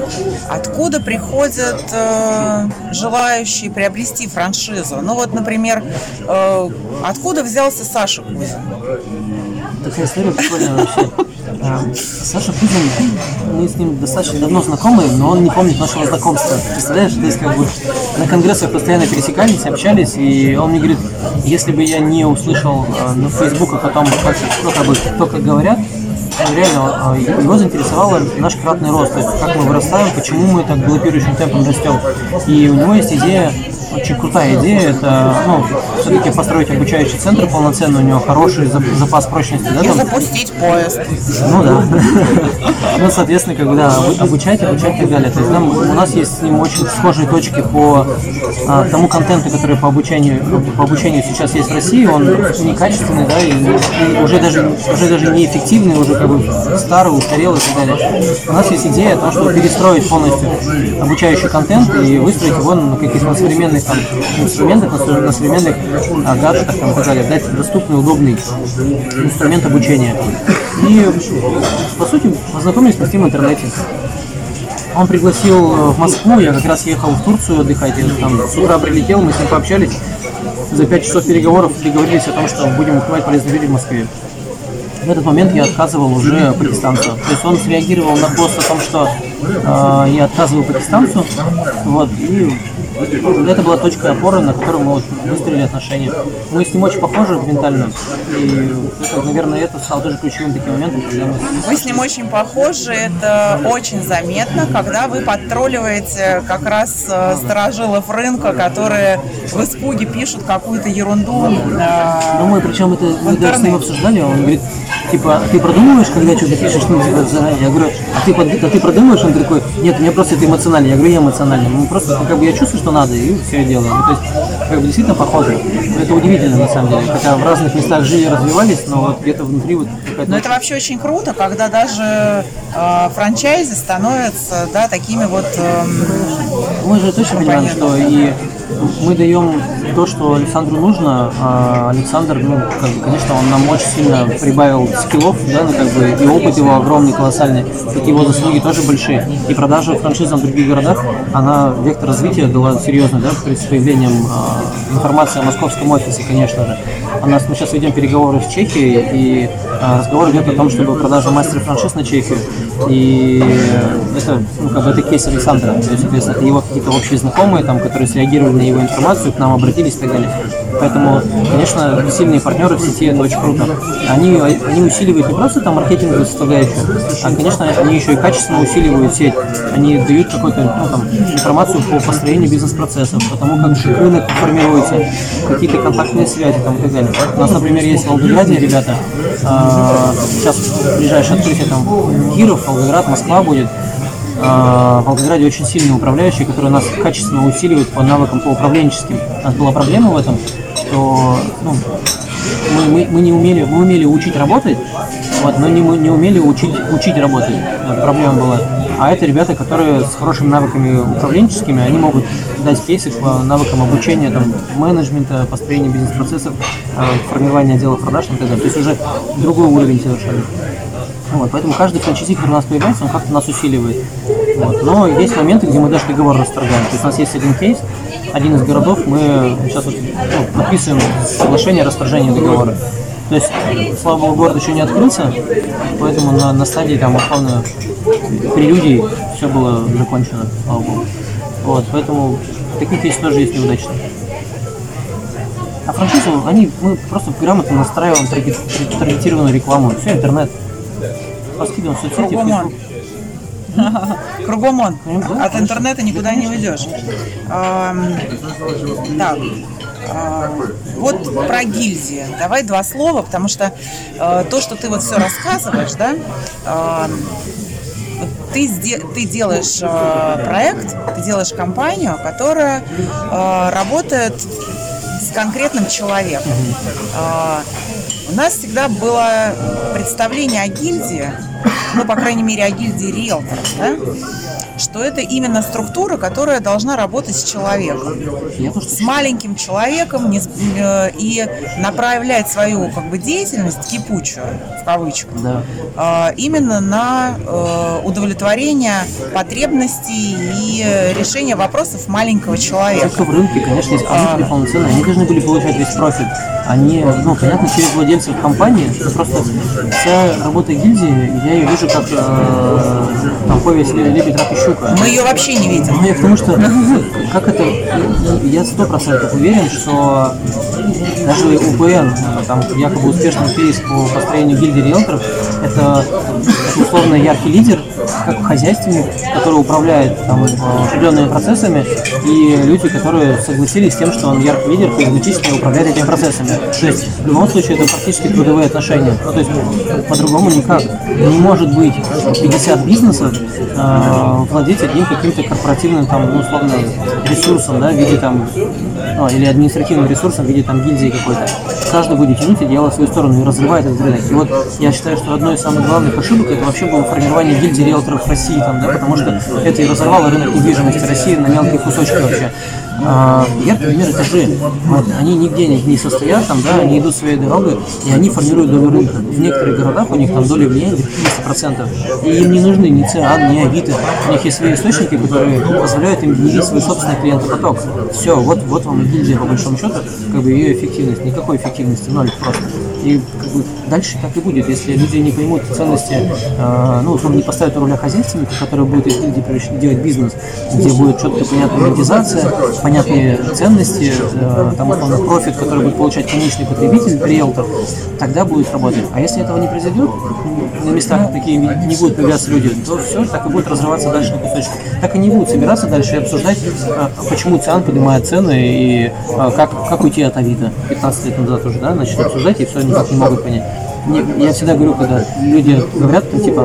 откуда приходят а, желающие приобрести франшизу? Ну вот, например, а, откуда взялся Саша Кузин? Такая история прикольная вообще. Саша Кузин, мы с ним достаточно давно знакомы, но он не помнит нашего знакомства. Представляешь, то есть как бы на конгрессах постоянно пересекались, общались, и он мне говорит, если бы я не услышал э, на Фейсбуках о том, как, ну, как бы, кто как говорят, реально э, его заинтересовал наш кратный рост, то есть как мы вырастаем, почему мы так галопирующим темпом растем. И у него есть идея, очень крутая идея, это, ну, все-таки построить обучающий центр полноценный, у него хороший запас прочности. Да, и там? Запустить поезд. Ну да. Ну, соответственно, как бы, да, обучать, обучать и так далее. То есть нам, у нас есть с ним очень схожие точки по а, тому контенту, который по обучению, по обучению сейчас есть в России, он некачественный, да, и, и уже даже уже даже неэффективный, уже как бы старый, устарелый и так далее. У нас есть идея о том, чтобы перестроить полностью обучающий контент и выстроить его на каких-то современных там, инструментах, на, на современных а, гаджетах там, и так далее, дать доступный, удобный инструмент обучения. И, по сути, познакомились мы с ним в интернете. Он пригласил в Москву, я как раз ехал в Турцию отдыхать, я там с утра прилетел, мы с ним пообщались. За пять часов переговоров договорились о том, что будем открывать полезные люди в Москве. В этот момент я отказывал уже пакистанцу. То есть он среагировал на пост о том, что э, я отказываю пакистанцу. Вот, и это была точка опоры, на которую мы вот выстроили отношения. Мы с ним очень похожи ментально. И, это, наверное, это стало тоже ключевым таким моментом, когда мы... Вы с ним очень похожи, это очень заметно, когда вы подтролливаете как раз э, старожилов рынка, которые в испуге пишут какую-то ерунду. Э, ну, мы причем это мы даже с ним обсуждали, он говорит, типа, ты продумываешь, когда что-то пишешь, ну, типа, заранее. Я говорю, а ты, а ты продумываешь? Он такой, нет, мне просто это эмоционально. Я говорю, я эмоционально. Ну, просто, как бы, я чувствую, что надо, и все делаем. Ну, то есть, как бы, действительно похоже. Это удивительно, на самом деле. Хотя в разных местах жили, развивались, но вот где-то внутри вот какая-то... Но это вообще очень круто, когда даже э, франчайзи становятся, да, такими вот... Э, мы же точно понимаем, что и мы даем то, что Александру нужно, а Александр, ну, как бы, конечно, он нам очень сильно прибавил скиллов, да, ну, как бы, и опыт его огромный, колоссальный, так его заслуги тоже большие. И продажа франшизам в других городах, она, вектор развития дала серьезный, да, с появлением э, информации о московском офисе, конечно же. У нас, мы сейчас ведем переговоры с Чехией, и э, разговор идет о том, чтобы продажа мастер франшиз на Чехию. И это, ну, как бы, это кейс Александра, то есть, соответственно, это его какие-то общие знакомые, там, которые среагировали на его информацию, к нам обратились и так далее. Поэтому, конечно, сильные партнеры в сети, это очень круто. Они, они усиливают не просто там маркетинговую составляющую, а, конечно, они еще и качественно усиливают сеть. Они дают какую-то, ну, там, информацию по построению бизнес-процессов, по тому, как рынок формируется, какие-то контактные связи там, и так далее. У нас, например, есть в Волгограде ребята, э, сейчас ближайшее открытие там Киров, Волгоград, Москва будет. В Волгограде очень сильные управляющие, которые нас качественно усиливают по навыкам по управленческим. У нас была проблема в этом, что, ну, мы, мы, мы не умели, мы умели учить работать, вот, но не, мы не умели учить, учить работать. Вот, проблема была. А это ребята, которые с хорошими навыками управленческими, они могут дать кейсы по навыкам обучения, там, менеджмента, построения бизнес-процессов, формирования отдела продаж и так далее. То есть уже другой уровень совершенно. Вот, поэтому каждый франчайзи, который у нас появляется, он как-то нас усиливает. Вот. Но есть моменты, где мы даже договор расторгаем. То есть у нас есть один кейс, один из городов, мы сейчас вот, ну, подписываем соглашение о расторжении договора. То есть, слава богу, город еще не открылся, поэтому на, на стадии там условно прелюдий все было закончено, слава богу. Вот, поэтому такие кейсы тоже есть неудачные. А франшизу, они, мы просто грамотно настраиваем таргетированную рекламу. Все, интернет. Раскидываем в соцсети, в Facebook. Кругом он. От интернета никуда не уйдешь. Так. Вот про гильдии. Давай два слова, потому что то, что ты вот все рассказываешь, да, ты, ты делаешь проект, ты делаешь компанию, которая работает с конкретным человеком. У нас всегда было представление о гильдии, ну, по крайней мере, о гильдии риэлторов, да, что это именно структура, которая должна работать с человеком, с маленьким человеком не, э, и направлять свою как бы деятельность кипучую, в кавычках, да. э, именно на э, удовлетворение потребностей и решение вопросов маленького человека. Только в рынке, конечно, исполнители а, полноценные, они должны были получать весь профит. Они, ну, понятно, через владельцев компании, просто вся работа гильдии, я ее вижу как э, там повесть «Лебедь, рак и щука». Мы ее вообще не видим. Ну, я потому что, как это, я сто процентов уверен, что даже УПН, там якобы успешный кейс по построению гильдии риэлторов, это, это условно яркий лидер, как хозяйственник, который управляет там определенными процессами, и люди, которые согласились с тем, что он яркий лидер, исключительно управляет этими процессами. То есть в любом случае это практически трудовые отношения. Ну, то есть по-другому никак. Не может быть пятьдесят бизнесов э, владеть одним каким-то корпоративным там, ну, условно, ресурсом, да, в виде там, ну, или административным ресурсом в виде там гильдии какой-то. Каждый будет тянуть одеяло в свою сторону и разрывать этот рынок. И вот я считаю, что одной из самых главных ошибок это вообще было формирование гильдии риэлторов в России, там, да, потому что это и разорвало рынок недвижимости России на мелкие кусочки вообще. А, яркий пример этажи. Вот, они нигде не, не состоят, там, да, они идут своей дорогой, и они формируют долю рынка. В некоторых городах у них там доля влияния пятьдесят процентов. И им не нужны ни ЦИАН, ни Авито. У них есть свои источники, которые позволяют им генерить свой собственный клиентопоток. Все, вот, вот вам гильдия, по большому счету, как бы ее эффективность. Никакой эффективности, ноль просто. И как бы дальше так и будет, если люди не поймут ценности, э, ну, условно, не поставят в роли хозяйственника, который будет из гильдии делать бизнес, где будет четко понятная монетизация, понятные ценности, э, там, условно, профит, который будет получать конечный потребитель, риэлтор, тогда будет работать. А если этого не произойдет, на местах такие не будут появляться люди, то все так и будет разрываться дальше на кусочки. Так и не будут собираться дальше и обсуждать, э, почему ЦИАН поднимает цены и э, как, как уйти от Авито. пятнадцать лет назад уже, да, начали обсуждать, и все никак не могут понять. Я всегда говорю, когда люди говорят, типа,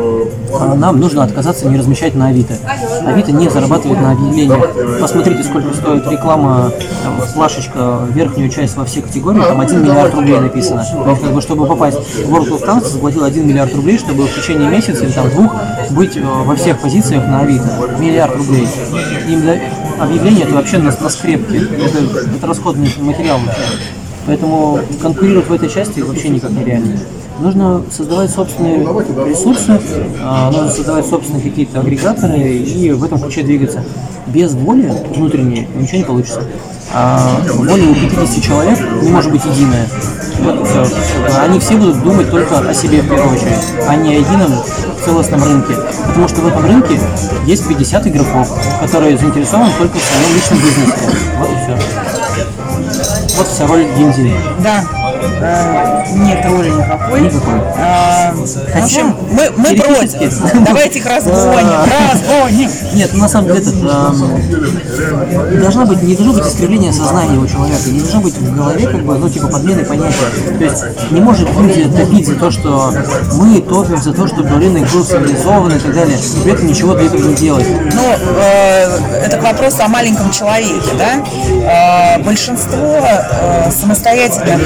нам нужно отказаться не размещать на Авито. Авито не зарабатывает на объявлениях. Посмотрите, сколько стоит реклама, там, флешечка, верхнюю часть во все категории, там один миллиард рублей написано. То есть, как бы, чтобы попасть в World of Tanks, заплатил один миллиард рублей, чтобы в течение месяца или там двух быть во всех позициях на Авито. Миллиард рублей. Им для объявления это вообще на, на скрепке. Это, это расходный материал вообще. Поэтому конкурировать в этой части вообще никак нереально. Нужно создавать собственные ресурсы, нужно создавать собственные какие-то агрегаторы и в этом ключе двигаться. Без воли внутренней ничего не получится. А воля у пятидесяти человек не может быть единая. Вот, все. Они все будут думать только о себе в первую очередь, а не о едином целостном рынке. Потому что в этом рынке есть пятьдесят игроков, которые заинтересованы только в своем личном бизнесе. Вот и все. Вот вся роль гильдии. Да. А, нет роли никакой. Никакой. А, в общем, мы, мы против. Давайте их разгоним. Разгоним. Нет, ну, на самом деле это э, должна быть, не должно быть искривление сознания у человека, не должно быть в голове как бы, ну, типа подмены понятия. То есть не может люди топить за то, что мы топим за то, чтобы рынок был цивилизован и так далее, и при этом ничего для этого не делать. Ну, э, это к вопросу о маленьком человеке, да? Э, большинство э, самостоятельных э,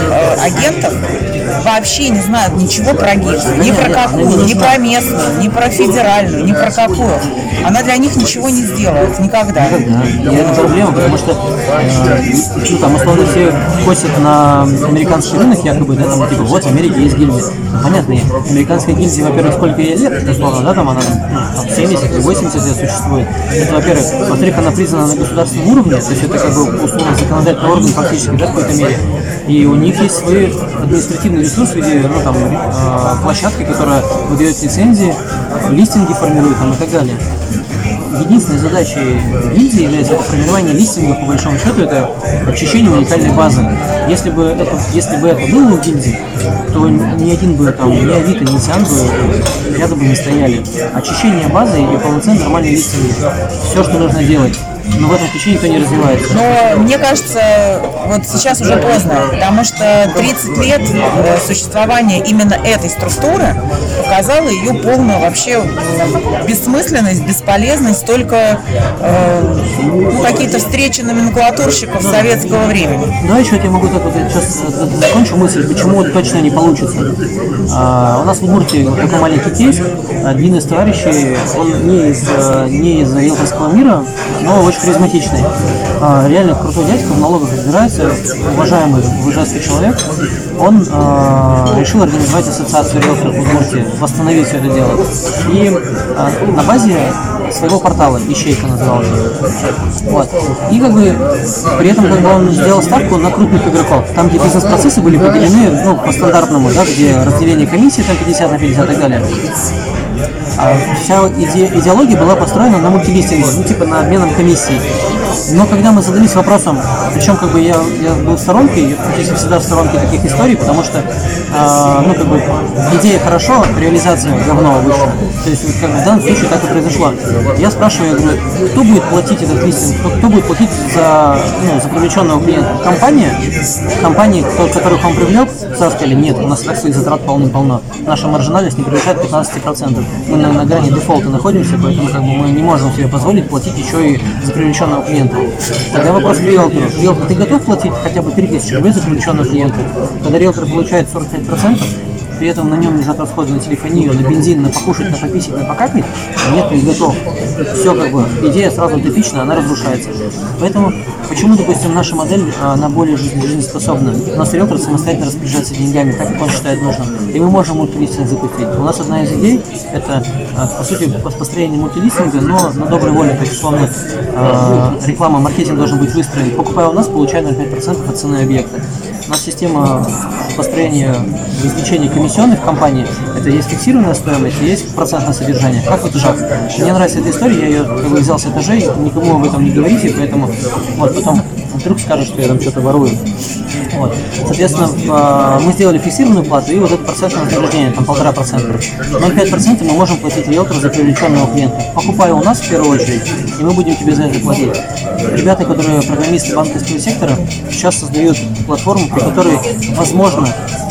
агентов вообще не знают ничего про гильдию. Ни про какую, ни про местную, ни про федеральную, ни про какую. Она для них ничего не сделает никогда. Да, и это проблема, потому что э, ну, там, условно, все косят на американский рынок, якобы, да, там, типа, вот в Америке есть гильдия. Ну, понятно, американская гильдия, во-первых, сколько ей лет, условно, да, там она ну, там, семьдесят или восемьдесят лет существует. Это, во-первых. Во-вторых, она признана на государственном уровне, то есть это как бы условно законодательный орган фактически, да, в какой-то мере. И у них есть свои административные ресурсы в виде, ну, там, э, площадки, которая выдает лицензии, листинги формирует там, и так далее. Единственной задачей гильдии является это формирование листингов, по большому счету, это очищение уникальной базы. Если бы это, если бы это было в гильдии, то ни один бы там, ни Авито, ни Циан бы рядом бы не стояли. Очищение базы и полноценный нормальный листинг. Все, что нужно делать. Но в этом ключе никто не развивается. Но мне кажется, вот сейчас уже поздно, потому что тридцать лет существования именно этой структуры показало ее полную вообще бессмысленность, бесполезность, только э, ну, какие-то встречи номенклатурщиков советского времени. Да, еще я тебе могу так вот сейчас закончу мысль, почему точно не получится. А, у нас в Удмуртии такой маленький кейс. Один из товарищей, он не из, не из риэлторского мира, но очень харизматичный. А, реально крутой дядька, в налогах разбирается, уважаемый в Ижевске человек. Он а, решил организовать ассоциацию риэлторов в Удмуртии, восстановить все это дело. И а, на базе своего портала, Ищейка назывался. Вот. И как бы при этом как бы он сделал ставку на крупных игроков. Там, где бизнес-процессы были поделены, ну, по стандартному, да, где разделение комиссии там пятьдесят на пятьдесят и так далее. А вся иде- идеология была построена на мультилистинге, ну типа на обменном комиссии. Но когда мы задались вопросом, причем как бы я, я был в сторонке, я практически всегда в сторонке таких историй, потому что э, ну как бы идея хорошо, реализация говно выше. То есть вот, как бы в данном случае так и произошло. Я спрашиваю, я говорю, кто будет платить этот листинг, кто, кто будет платить за, ну, за привлеченного клиента? Компания? Компании, кто, которых он привлек, сразу сказали, нет, у нас так своих затрат полным-полно. Наша маржинальность не превышает пятнадцать процентов. Мы на, на грани дефолта находимся, поэтому как бы мы не можем себе позволить платить еще и за привлеченного клиента. Тогда вопрос к риэлтору. Риэлтор, ты готов платить хотя бы три тысячи рублей за привлеченного клиента? Когда риэлтор получает сорок пять процентов, при этом на нем лежат расходы на телефонию, на бензин, на покушать, на пописать, на покакать, нет, не готов. Все как бы, идея сразу утопична, она разрушается. Поэтому, почему, допустим, наша модель, она более жизнеспособна? У нас риэлтор самостоятельно распоряжается деньгами, так как он считает нужным. И мы можем мультилистинг запустить. У нас одна из идей, это, по сути, построение мультилистинга, но на доброй воле, то есть, условно, реклама, маркетинг должен быть выстроен. Покупая у нас, получая ноль целых пять десятых процента от цены объекта. У нас система построения извлечения комиссионных в компании, это есть фиксированная стоимость и есть процентное содержание, как в этажах. Мне нравится эта история, я ее как бы взял с этажей, никому об этом не говорите, поэтому вот потом вдруг скажут, что я там что-то ворую. Вот. Соответственно, мы сделали фиксированную плату и вот это процентное вознаграждение, там полтора процента. ноль целых пять десятых процента мы можем платить риэлтору за привлеченного клиента. Покупая у нас в первую очередь, и мы будем тебе за это платить. Ребята, которые программисты банковского сектора, сейчас создают платформу, при которой возможно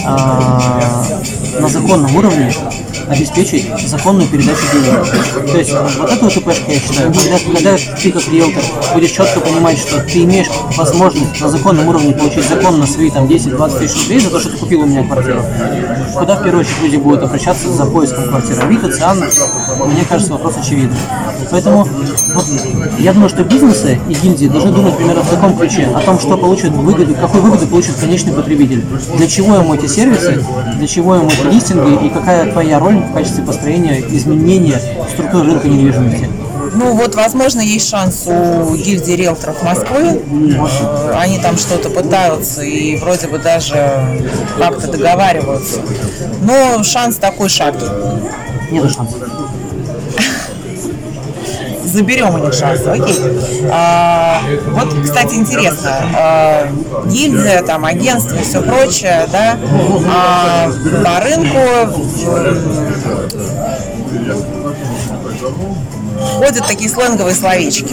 на законном уровне обеспечить законную передачу денег. То есть вот это вот ИПшка, я считаю, когда, когда ты как риэлтор будешь четко понимать, что ты имеешь возможность на законном уровне получить законно свои там десять-двадцать тысяч рублей за то, что ты купил у меня квартиру, куда в первую очередь люди будут обращаться за поиском квартиры. Авито, Циан, мне кажется, вопрос очевидный. Поэтому вот, я думаю, что бизнесы и гильдии должны думать примерно в таком ключе, о том, что получит выгоду, какую выгоду получит конечный потребитель, для чего ему эти сервисы, для чего ему эти листинги и какая твоя роль в качестве построения изменения структуры рынка недвижимости. Ну вот, возможно, есть шанс у гильдии риэлторов Москвы. Они там что-то пытаются и вроде бы даже как-то договариваются. Но шанс такой шаткий. Нет шансов. Заберем у них шанс, окей. А, вот, кстати, интересно, а, гильдия, там, агентство и все прочее, да, а, по рынку ходят такие сленговые словечки.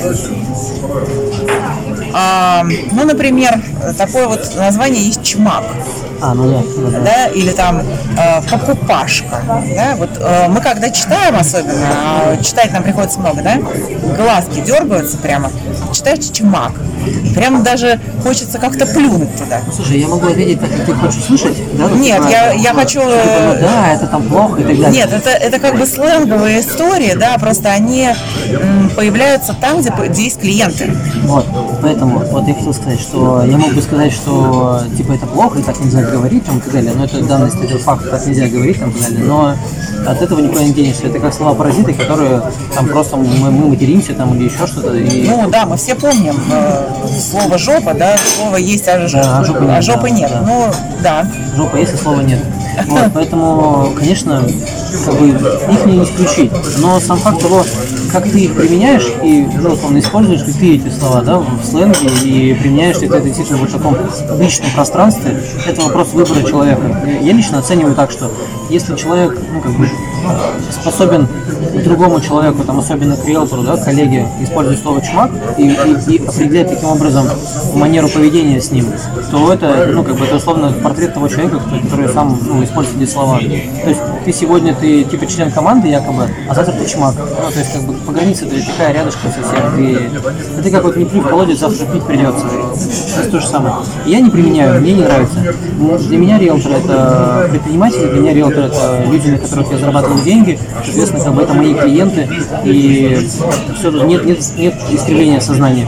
А, ну, например, такое вот название есть чмак. А, ну да, ну да. Да, или там э, покупашка, да, вот э, мы когда читаем особенно, а читать нам приходится много, да, глазки дергаются прямо, читаешь чмак, Прям даже хочется как-то плюнуть туда. Ну, слушай, я могу ответить так, как ты хочешь слышать, да? Нет, типа, я, я хочу... Типа, ну, да, это там плохо и так далее. Нет, это, это как бы сленговые истории, да, просто они м, появляются там, где, где есть клиенты. Вот, поэтому, вот я хотел сказать, что я мог бы сказать, что типа это плохо, и так нельзя говорить, там, и так далее, но это данность, это факт, так нельзя говорить, там, и так далее, но от этого никуда не денешься. Это как слова-паразиты, которые там просто мы, мы материмся там или еще что-то. И... Ну да, мы все помним э, слово жопа, да, слово есть, а, ж... да, а жопы нет. А жопы да, нет. Да. Ну да. Жопа есть, а слова нет. Вот, поэтому, конечно, как бы их не исключить. Но сам факт того, как ты их применяешь и, ну, условно, используешь ли ты эти слова, да, в сленге и применяешь ли ты это действительно в таком личном пространстве, это вопрос выбора человека. Я лично оцениваю так, что если человек, ну, как бы, способен к другому человеку, там, особенно к риэлтору, да, коллеге, использовать слово чмак и, и, и определять таким образом манеру поведения с ним, то это, ну, как бы, это условно портрет того человека, который сам, ну, использует эти слова. То есть ты сегодня, ты типа член команды якобы, а завтра ты чмак. Ну, то есть как бы по границе ты такая рядышком совсем. Ты, ты как вот не плюй в колодец, завтра пить придется. Это то же самое. Я не применяю, мне не нравится. Для меня риэлтор это предприниматели, для меня риэлтор это люди, на которых я зарабатываю деньги, соответственно, как бы это мои клиенты, и все, нет, нет, нет искривления сознания.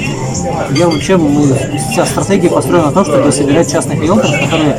Я вообще, мы, вся стратегия построена на том, чтобы собирать частных риэлторов, которые,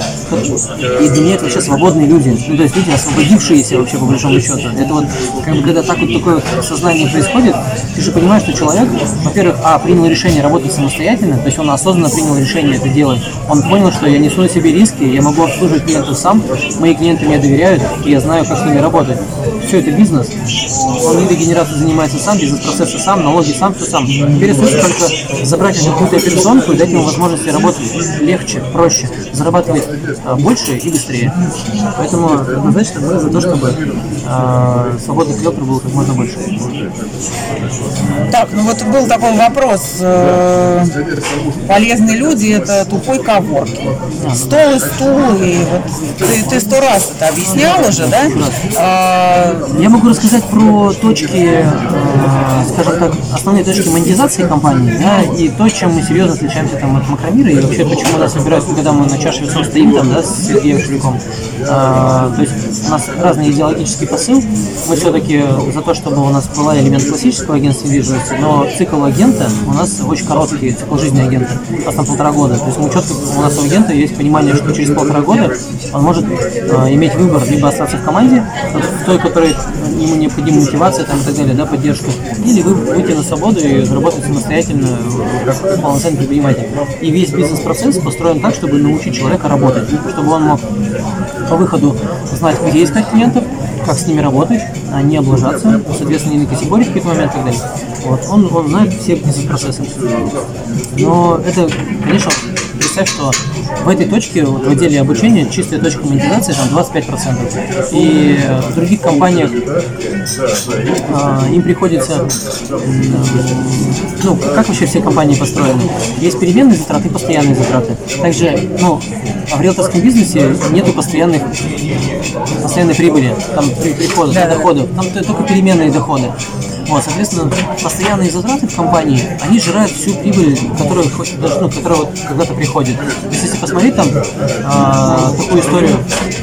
и для меня это вообще свободные люди, ну, то есть люди, освободившиеся вообще по большому счету. Это вот, как бы, когда так вот такое сознание происходит, ты же понимаешь, что человек, во-первых, а, принял решение работать самостоятельно, то есть он осознанно принял решение это делать. Он понял, что я несу на себе риски, я могу обслуживать клиентов сам, мои клиенты мне доверяют, и я знаю, как с ними работать. Все это бизнес. Он лидогенерацией занимается сам, бизнес-процессы сам, налоги сам, все сам. Теперь остается только забрать эту какую-то операционку и дать ему возможности работать легче, проще, зарабатывать а, больше и быстрее. Поэтому однозначно мы за то, чтобы а, свободных риэлторов было как можно больше. Так, ну вот был такой вопрос. Э, полезные люди – это тупой коворкинг. Стол и стул, и вот ты, ты сто раз это объяснял уже, да? А... Я могу рассказать про точки, э, скажем так, основные точки монетизации компании, да, и то, чем мы серьезно отличаемся там от макромира, и вообще почему нас выбирают, когда мы на чаше весов стоим там, да, с Сергеем Шуликом. А, то есть у нас разный идеологический посыл. Мы все-таки за то, чтобы у нас был элемент классического агентства недвижимости, но цикл агента у нас очень короткий, цикл жизни агента, у нас там полтора года. То есть мы четко, у нас у агента есть понимание, что через полтора года он может а, иметь выбор либо остаться в команде, в той, которой ему необходима мотивация там, и так далее, да, поддержка, или вы выйти на свободу и заработать самостоятельно как полноценный предприниматель. И весь бизнес-процесс построен так, чтобы научить человека работать, чтобы он мог по выходу знать, где искать клиентов, как с ними работать, а не облажаться, соответственно, не на категории в какой-то момент и так далее. Вот. Он, он знает все бизнес-процессы. Но это, конечно, представь, что в этой точке, вот в отделе обучения, чистая точка монетизации там двадцать пять процентов. И в других компаниях э, им приходится, э, ну, как вообще все компании построены? Есть переменные затраты и постоянные затраты. Также, ну, а в риэлторском бизнесе нету постоянных, постоянной прибыли, там при, приходов, да, доходов, там только переменные доходы. Вот, соответственно, постоянные затраты в компании, они жирают всю прибыль, которая, ну, которая вот когда-то приходит. То есть, если посмотреть там э, такую историю,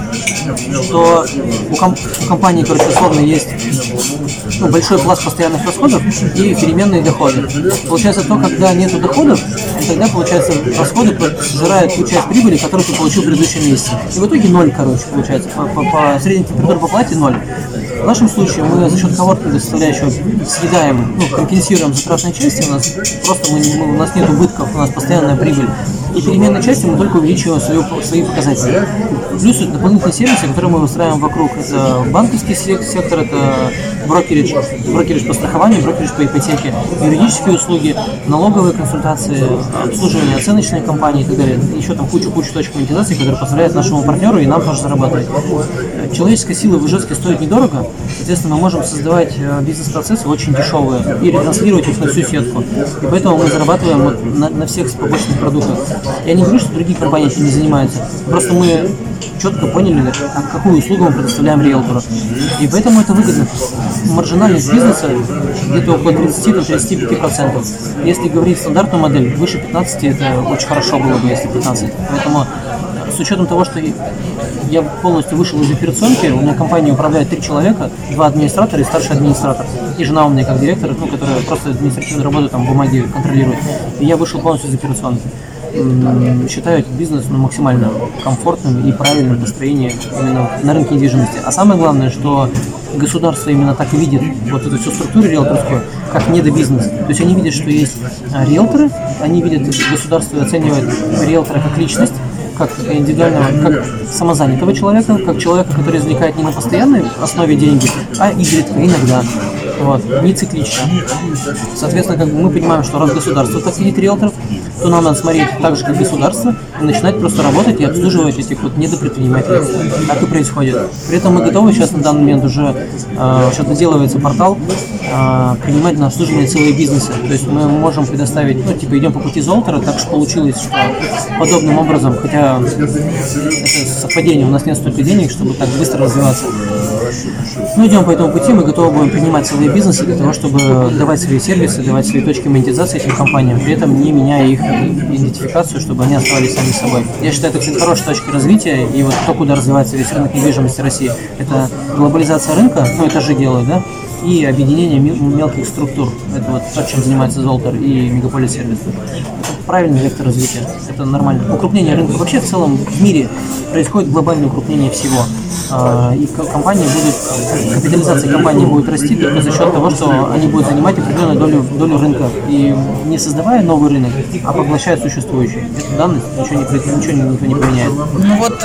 что у, комп- у компании, короче, условно, есть, ну, большой пласт постоянных расходов и переменные доходы. Получается, то, когда нет доходов, тогда, получается, расходы сжирают ту часть прибыли, которую ты получил в предыдущем месяце. И в итоге ноль, короче, получается. По, по, по средней температуре по плате ноль. В нашем случае мы за счет коворкинга составляющего съедаем, ну, компенсируем затратные части, у нас просто мы, мы, у нас нет убытков, у нас постоянная прибыль. И переменной частью мы только увеличиваем свою, свои показатели. Плюс дополнительные сервисы, которые мы выстраиваем вокруг. Это банковский сектор, это брокеридж, брокеридж по страхованию, брокеридж по ипотеке, юридические услуги, налоговые консультации, обслуживание оценочной компании и так далее. Еще там кучу-кучу точек монетизации, которые позволяют нашему партнеру и нам тоже зарабатывать. человеческая сила в Ижевске стоит недорого, соответственно, мы можем создавать бизнес-процессы очень дешевые и ретранслировать их на всю сетку. И поэтому мы зарабатываем вот на, на всех побочных продуктах. Я не говорю, что другие компании этим не занимаются, просто мы четко поняли, какую услугу мы предоставляем риэлтору. И поэтому это выгодно. Маржинальность бизнеса где-то около тридцать-тридцать пять процентов. Если говорить стандартную модель, выше пятнадцати, это очень хорошо было бы, если пятнадцать. Поэтому с учетом того, что я полностью вышел из операционки, у меня компания управляет три человека, два администратора и старший администратор. И жена у меня как директор, ну, которая просто административную работу, там, бумаги контролирует. И я вышел полностью из операционки. Считаю этот бизнес ну, максимально комфортным и правильным построением именно на рынке недвижимости. А самое главное, что государство именно так и видит вот эту всю структуру риэлторскую, как недобизнес. То есть они видят, что есть риэлторы, они видят, государство оценивает риэлтора как личность, как индивидуального, как самозанятого человека, как человека, который извлекает не на постоянной основе деньги, а изредка, иногда. Вот, не циклично. Соответственно, как бы мы понимаем, что раз государство так видит риэлторов, то нам надо смотреть так же, как государство, и начинать просто работать и обслуживать этих вот недопредпринимателей. Так и происходит. При этом мы готовы сейчас на данный момент уже, э, сейчас доделывается портал, э, принимать на обслуживание целые бизнесы. То есть мы можем предоставить, ну, типа, идем по пути Золотера, так что получилось, что подобным образом, хотя это совпадение, у нас нет столько денег, чтобы так быстро развиваться. Мы идем по этому пути, мы готовы будем принимать целые бизнесы для того, чтобы давать свои сервисы, давать свои точки монетизации этим компаниям, при этом не меняя их идентификацию, чтобы они оставались сами собой. Я считаю, это, кстати, хорошие точки развития, и вот то, куда развивается весь рынок недвижимости России, это глобализация рынка, ну, это же делают, да, и объединение мелких структур. Это вот то, чем занимается Золотер и Мегаполис Сервис. Это правильный вектор развития, это нормально. Укрупнение рынка. Вообще в целом в мире происходит глобальное укрупнение всего. И компании будут, капитализация компании будет расти только за счет того, что они будут занимать определенную долю, долю рынка. И не создавая новый рынок, а поглощая существующий. Это данность, ничего, не, ничего никто не поменяет. Ну вот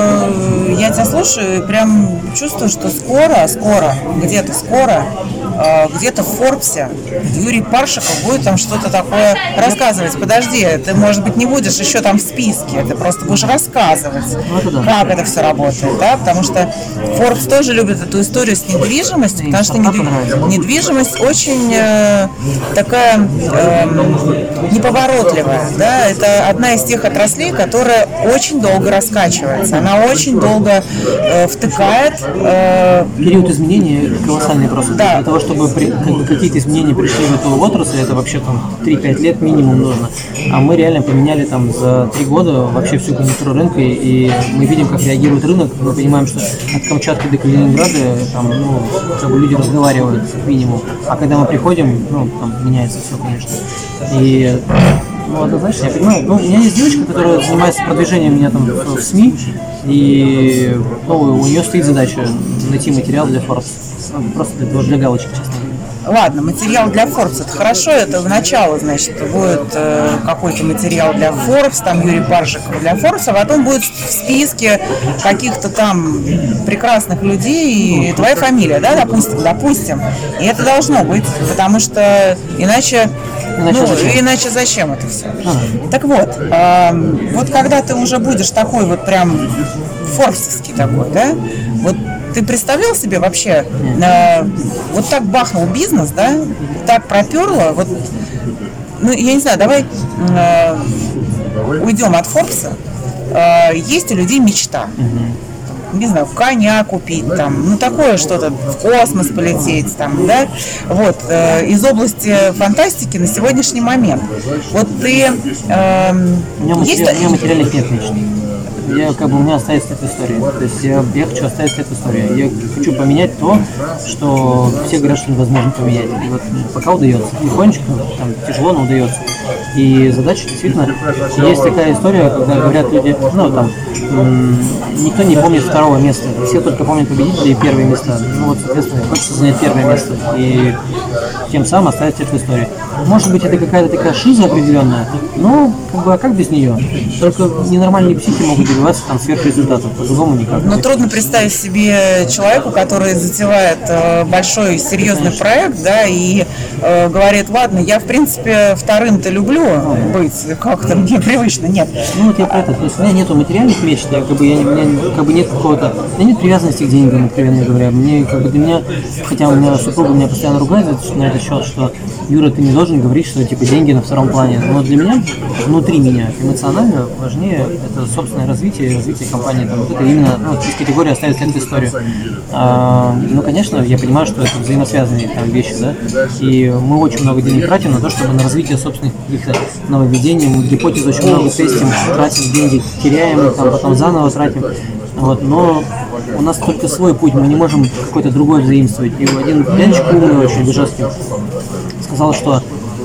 э, я тебя слушаю и прям чувствую, что скоро, скоро, где-то скоро, э, где-то в Форбсе Юрий Паршиков будет там что-то такое рассказывать. Подожди, ты, может быть, не будешь еще там в списке, ты просто будешь рассказывать, ну, да, как это все работает, да, потому что Forbes тоже любит эту историю с недвижимостью, потому что недвижимость очень э, такая э, неповоротливая, да, это одна из тех отраслей, которая очень долго раскачивается, она очень долго э, втыкает. Э, Период изменений колоссальный просто. Да. Для того, чтобы при, какие-то изменения пришли в эту отрасль, это вообще там три-пять лет минимум нужно. А мы реально поменяли там за три года вообще всю конъюнктуру рынка, и мы видим, как реагирует рынок, мы понимаем, что от Камчатки до Калининграда там, ну, как бы люди разговаривают минимум, а когда мы приходим, ну, там меняется все, конечно. И, ну, однозначно, я понимаю, ну, у меня есть девочка, которая занимается продвижением меня там в СМИ, и, ну, у нее стоит задача найти материал для Forbes, просто для, для галочки, честно говоря. Ладно, материал для Forbes это хорошо, это в начало, значит, будет э, какой-то материал для Forbes, там Юрий Паршиков для Forbes, а потом будет в списке каких-то там прекрасных людей и твоя фамилия, да, допустим, допустим. И это должно быть, потому что иначе, иначе ну, зачем? иначе зачем это все? А. Так вот, э, вот когда ты уже будешь такой вот прям форбсовский такой, да, вот ты представлял себе вообще, э, вот так бахнул бизнес, да, так проперло, вот, ну, я не знаю, давай э, уйдем от Форбса, э, есть у людей мечта, не знаю, коня купить, там, ну, такое что-то, в космос полететь, там, да, вот, э, из области фантастики на сегодняшний момент, вот ты, э, у меня есть... У меня материальных нет мечты. Я, как бы, у меня остается эта история. То есть я, я хочу оставить эту историю. Я хочу поменять то, что все говорят, что невозможно поменять. И вот пока удается. Тихонечко, там, тяжело, но удается. И задача действительно... Есть такая история, когда говорят люди, ну, там, м- никто не помнит второго места. Все только помнят победителей и первые места. Ну, вот, соответственно, хочется занять первое место. И тем самым оставить эту историю. Может быть, это какая-то такая шиза определенная, но, как бы, а как без нее? Только ненормальные психи могут добиваться там сверхрезультатов, по-другому никак. Но трудно представить себе человеку, который затевает э, большой серьезный Конечно. проект, да, и э, говорит, ладно, я в принципе вторым-то люблю быть, как-то мне привычно, нет. Ну вот я про это, то есть у меня нету материальных мечт, я, как бы, я, у меня как бы нет какого-то, у меня нет привязанности к деньгам, откровенно говоря. Мне как бы для меня, хотя у меня супруга меня постоянно ругает на этот счет, что Юра, ты не должен говорить, что типа деньги на втором плане. Но для меня, внутри меня, эмоционально важнее это собственное развитие и развитие компании. Там, вот это именно, ну, из категории оставить эту историю. А, ну, конечно, я понимаю, что это взаимосвязанные там вещи, да. И мы очень много денег тратим на то, чтобы на развитие собственных каких-то нововведений. Мы гипотезы очень много тестим, тратим деньги, теряем их, там, потом заново тратим. Вот, но у нас только свой путь, мы не можем какой-то другой взаимствовать. И один пьянчик умный, очень Бежевский, сказал, что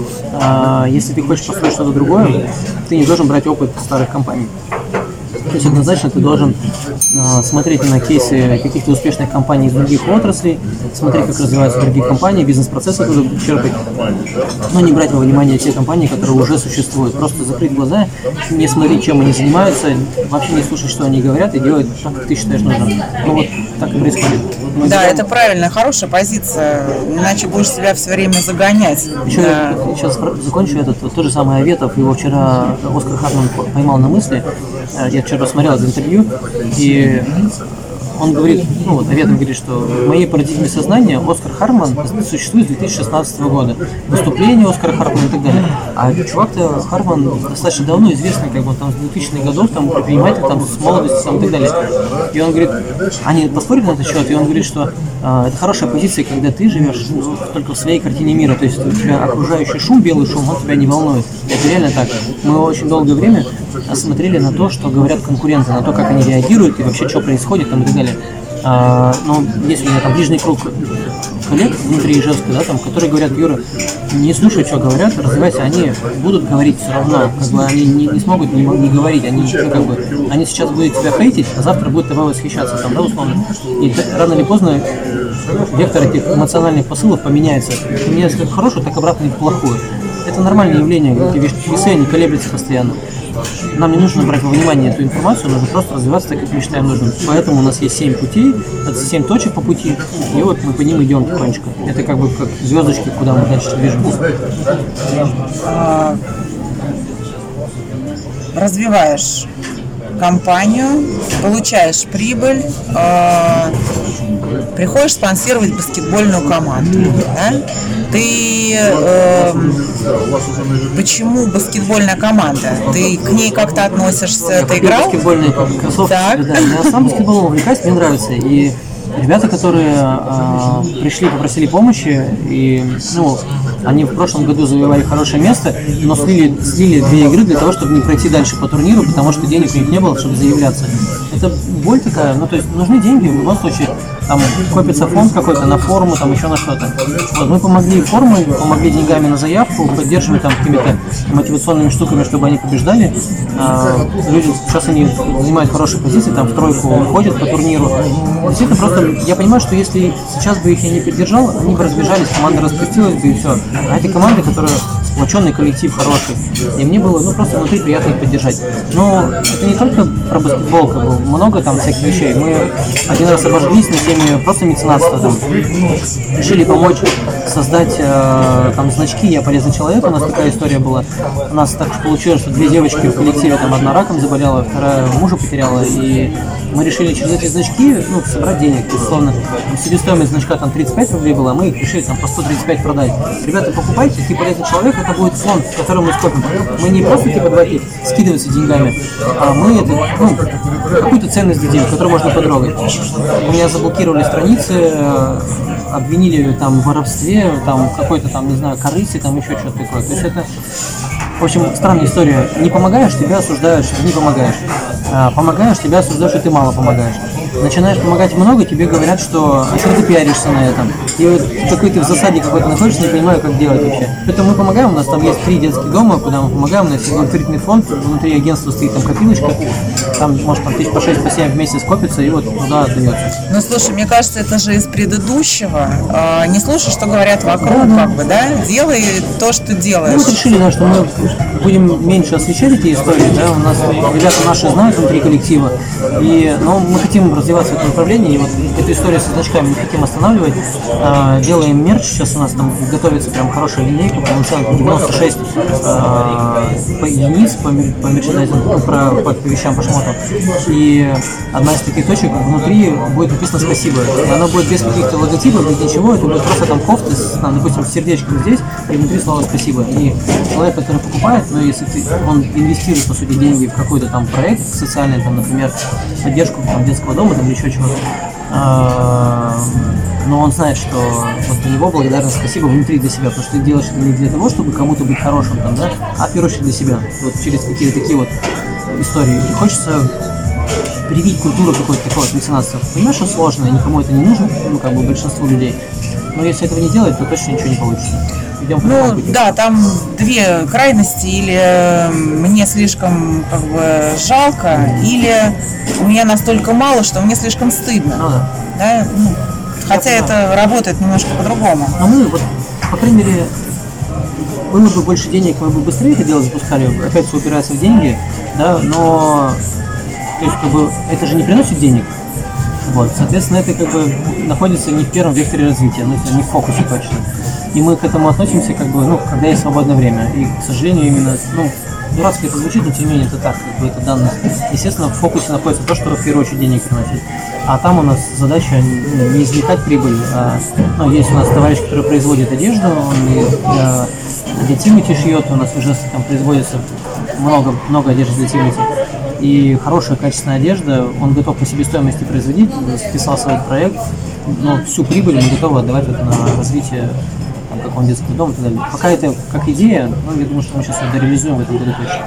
э, если ты хочешь построить что-то другое, ты не должен брать опыт старых компаний. То есть однозначно ты должен э, смотреть на кейсы каких-то успешных компаний из других отраслей, смотреть, как развиваются другие компании, бизнес-процессы туда черпать, но не брать во внимание те компании, которые уже существуют. Просто закрыть глаза, не смотреть, чем они занимаются, вообще не слушать, что они говорят, и делать так, как ты считаешь нужным. Ну вот так и происходит. Мы да, делаем... это правильная, хорошая позиция, иначе будешь себя все время загонять. Еще да. я сейчас закончу этот, вот, тот же самый Аветов, его вчера Оскар Хартман поймал на мысли, я вчера посмотрел это интервью, и он говорит, ну вот Аветов говорит, что в моей парадигме сознания Оскар Хартман существует с две тысячи шестнадцатого года. Выступление Оскара Хартмана и так далее. А чувак-то Хартман достаточно давно известный, как бы там с двухтысячных годов, там предприниматель там с молодости там, и так далее. И он говорит, они поспорили на этот счет, и он говорит, что э, это хорошая позиция, когда ты живешь ну, только в своей картине мира, то есть у тебя окружающий шум, белый шум, он тебя не волнует. Это реально так. Мы очень долгое время смотрели на то, что говорят конкуренты, на то, как они реагируют и вообще, что происходит там и так далее. А, ну, есть у меня там ближний круг коллег внутри Ижевска, да, там, которые говорят, Юра, не слушай, что говорят, развивайся, они будут говорить все равно, как бы они не, не смогут не, не говорить, они, ну, как бы, они сейчас будут тебя хейтить, а завтра будут тобой восхищаться, там, да, условно. И рано или поздно вектор этих эмоциональных посылов поменяется. Ты меняешь как хорошую, так обратно и в плохую. Это нормальное явление, эти весы, они колеблются постоянно. Нам не нужно брать во внимание эту информацию, нужно просто развиваться так, как мы считаем нужным. Поэтому у нас есть семь путей, это семь точек по пути, и вот мы по ним идем тихонечко. Это как бы как звездочки, куда мы дальше движемся. Развиваешь компанию, получаешь прибыль, приходишь спонсировать баскетбольную команду. Да? Ты э, почему баскетбольная команда? Ты к ней как-то относишься? Я ты играл? Баскетбольные кроссовки. Да, я сам баскетболом увлекаюсь, мне нравится. И ребята, которые э, пришли, попросили помощи, и ну, они в прошлом году завоевали хорошее место, но слили, слили две игры для того, чтобы не пройти дальше по турниру, потому что денег у них не было, чтобы заявляться. Это боль такая, ну то есть нужны деньги в любом случае. Там копится фонд какой-то на форму, там еще на что-то. Вот, мы помогли формой, помогли деньгами на заявку, поддерживали там какими-то мотивационными штуками, чтобы они побеждали. А, люди, сейчас они занимают хорошие позиции, там в тройку ходят по турниру. Действительно, просто я понимаю, что если сейчас бы их я не поддержал, они бы разбежались, команда распустилась бы и все. А эти команды, которые сплоченный коллектив хороший, и мне было ну просто внутри приятно их поддержать. Но это не только про баскетбол, как бы, много там всяких вещей. Мы один раз обожглись на теме просто меценатства, там, решили помочь создать э, там значки «Я полезный человек», у нас такая история была. У нас так получилось, что две девочки в коллективе, там одна раком заболела, вторая мужа потеряла, и мы решили через эти значки ну, собрать денег. Условно, себестоимость значка там тридцать пять рублей была, мы их решили там по сто тридцать пять продать. Ребята, покупайте, ты полезный человек, это будет фонд, в котором мы скопим. Мы не просто типа давайте скидываться деньгами, а мы это, ну, какую-то ценность дадим, которую можно потрогать. У меня заблокировали страницы, обвинили там в воровстве, там какой-то там, не знаю, корысти, там еще что-то такое. То есть это, в общем, странная история. Не помогаешь, тебя осуждают, что ты не помогаешь. А помогаешь, тебя осуждают, что ты мало помогаешь. Начинаешь помогать много, тебе говорят, что а что ты пиаришься на этом. И вот такой ты в засаде какой-то находишься, не понимаю, как делать вообще. Поэтому мы помогаем, у нас там есть три детских дома, куда мы помогаем, у нас есть благотворительный фонд, внутри агентства стоит там копилочка, там может там тысяч по шесть, по семь в месяц копится, и вот туда отдается. Ну слушай, мне кажется, это же из предыдущего. А, не слушай, что говорят вокруг, как бы, да? Делай то, что делаешь. Мы вот решили, да, что мы будем меньше освещать эти истории, да, у нас ребята наши знают внутри коллектива, и, но мы хотим развиваться в этом направлении, и вот эту историю со значками не хотим останавливать, а, делаем мерч, сейчас у нас там готовится прям хорошая линейка, прям целых девяносто шесть а, по единиц по, по мерчендайзингу, по, по, по вещам, по шмоту, и одна из таких точек внутри будет написано «Спасибо», и она будет без каких-то логотипов, без ничего, это будет просто там кофты, с, там, допустим, с сердечком здесь, и внутри слово «Спасибо», и человек, который покупает, ну, если ты, он инвестирует, по сути, деньги в какой-то там проект социальный, там, например, поддержку там, детского дома, там, или еще чего-то, но он знает, что вот у него благодарность, спасибо внутри для себя, потому что ты делаешь это не для того, чтобы кому-то быть хорошим, там, да, а в первую очередь для себя, вот через какие-то такие вот истории. И хочется привить культуру какой-то такого вот меценатства. Понимаешь, что сложно, и никому это не нужно, ну, как бы большинству людей, но если этого не делать, то точно ничего не получится. Идем ну, да, там две крайности, или мне слишком как бы жалко, или у меня настолько мало, что мне слишком стыдно. Ну, да. Да? Ну, хотя это да. работает немножко по-другому. Но мы, вот, по крайней мере, было бы больше денег, мы бы быстрее это дело запускали, опять все упирается в деньги, да, но то есть, как бы, это же не приносит денег. Вот, соответственно, это как бы находится не в первом векторе развития, ну, не в фокусе точно. И мы к этому относимся, как бы, ну, когда есть свободное время. И, к сожалению, именно, ну, дурацко это звучит, но тем не менее это так, как бы это данность. Естественно, в фокусе находится то, что в первую очередь денег приносит. А там у нас задача не, не извлекать прибыль. А, ну, есть у нас товарищ, который производит одежду, он и для, для Тимати шьет, у нас в Ижевске там производится много, много одежды для Тимати. И хорошая качественная одежда, он готов по себестоимости производить, вписал свой проект, но всю прибыль мы готовы отдавать вот на развитие там, какого-нибудь детского дома и так далее. Пока это как идея, ну, я думаю, что мы сейчас это реализуем в этом году точно.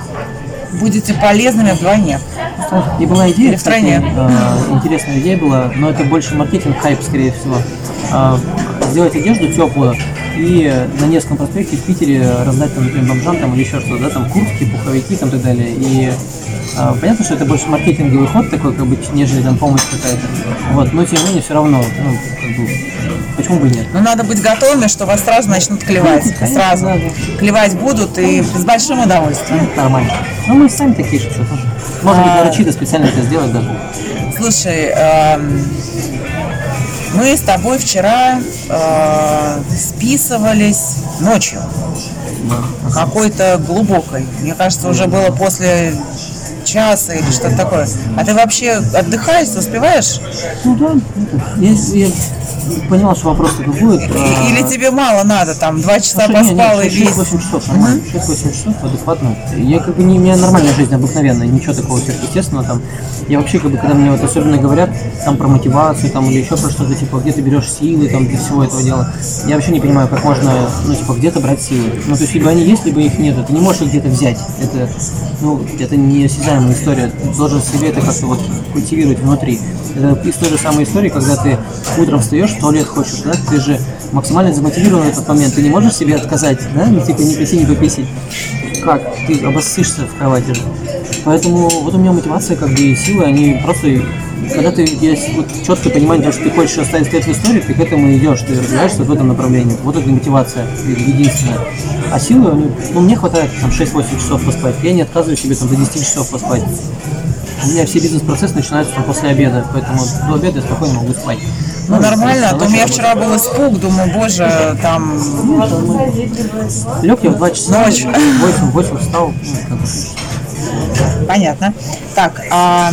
Будете полезными вдвойне. И была идея, или втройне. Э, интересная идея была, но это больше маркетинг, хайп, скорее всего. Э, сделать одежду теплую и на Невском проспекте в Питере раздать там, например, бомжам там, или еще что-то, да, там куртки, пуховики там, и так далее. И э, понятно, что это больше маркетинговый ход такой, как бы, нежели там помощь какая-то. Вот, но тем не менее все равно, ну, как бы, почему бы и нет? Но надо быть готовыми, что вас сразу начнут клевать. Ну, конечно, сразу да, да. клевать будут и с большим удовольствием. Нормально. Ну мы сами такие же, что-то. Может быть, нарочито специально это сделать даже. Слушай, эм, мы с тобой вчера э, списывались ночью. Да. Какой-то глубокой. Мне кажется, уже было после часа или что-то такое. А ты вообще отдыхаешь, успеваешь? Ну да. Я, я поняла, что вопрос такой будет. А... Или тебе мало надо, там, два часа Слушай, поспал нет, нет, и весь. шесть-восемь часов, нормально. Uh-huh. шесть-восемь часов адекватно. Я как бы не, у меня нормальная жизнь обыкновенная, ничего такого сверхъестественного там. Я вообще, как бы, когда мне вот особенно говорят там про мотивацию там или еще про что-то, типа, где ты берешь силы там для всего этого дела, я вообще не понимаю, как можно, ну, типа, где-то брать силы. Ну, то есть, либо они есть, либо их нет. Ты не можешь их где-то взять. Это, ну, это неосязаемая история. Ты должен себе это как-то вот культивировать внутри. Это из той же самой истории, когда ты утром встаешь, в туалет хочешь, да, ты же максимально замотивирован в этот момент, ты не можешь себе отказать, да, ну типа не писи, не пописи. Как? Ты обоссышься в кровати же. Поэтому вот у меня мотивация, как бы, и силы, они просто, когда ты есть вот четкое понимание, что ты хочешь оставить след в истории, ты к этому идешь, ты развиваешься в этом направлении. Вот это мотивация единственная. А силы, ну, мне хватает там шесть-восемь часов поспать, я не отказываю себе там до десяти часов поспать. У меня все бизнес-процессы начинаются там после обеда, поэтому до обеда я спокойно могу спать. Ну, ну нормально, а то у меня вчера был испуг, думаю, боже, там... Лег я в два часа, ночь. восемь, восемь встал. Понятно. Так, а,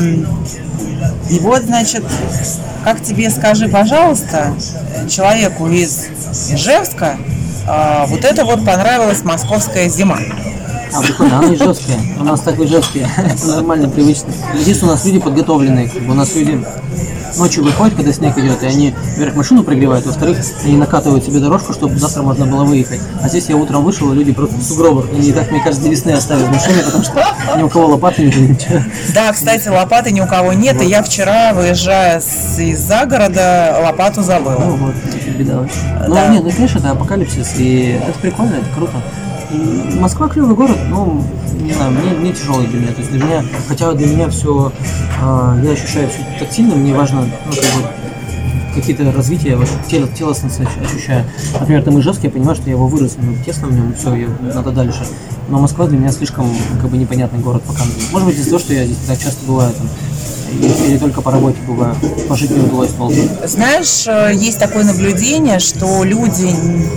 и вот, значит, как тебе, скажи, пожалуйста, человеку из Ижевска, а, вот это вот понравилась московская зима. А, прикольно, она ижевская, у нас так ижевская, это нормально, привычно. Здесь у нас люди подготовленные, как бы у нас люди ночью выходят, когда снег идет, и они, во-первых, машину прогревают, во-вторых, они накатывают себе дорожку, чтобы завтра можно было выехать. А здесь я утром вышел, и люди просто в сугробах, они, так, мне кажется, до весны оставят в машине, потому что ни у кого лопаты нет, ничего. Да, кстати, лопаты ни у кого нет, вот. И я вчера, выезжая с, из загорода, лопату забыла. Ну, вот. вообще беда вообще. Ну, Да. нет, ну, конечно, это апокалипсис, и это прикольно, это круто. И Москва клевый город, но, не знаю, мне, мне тяжелый для меня. То есть для меня, хотя для меня все, э, я ощущаю все тактильно, мне важно, ну, как бы, какие-то развития, вот, тело, телостность ощущаю. Например, там Ижевск, я понимаю, что я его вырос, ну, тесно в нем, все, я, надо дальше. Но Москва для меня слишком, как бы, непонятный город пока. Может быть, из-за того, что я здесь так часто бываю, там, или, или только по работе бываю, пожить не удалось толком. Знаешь, есть такое наблюдение, что люди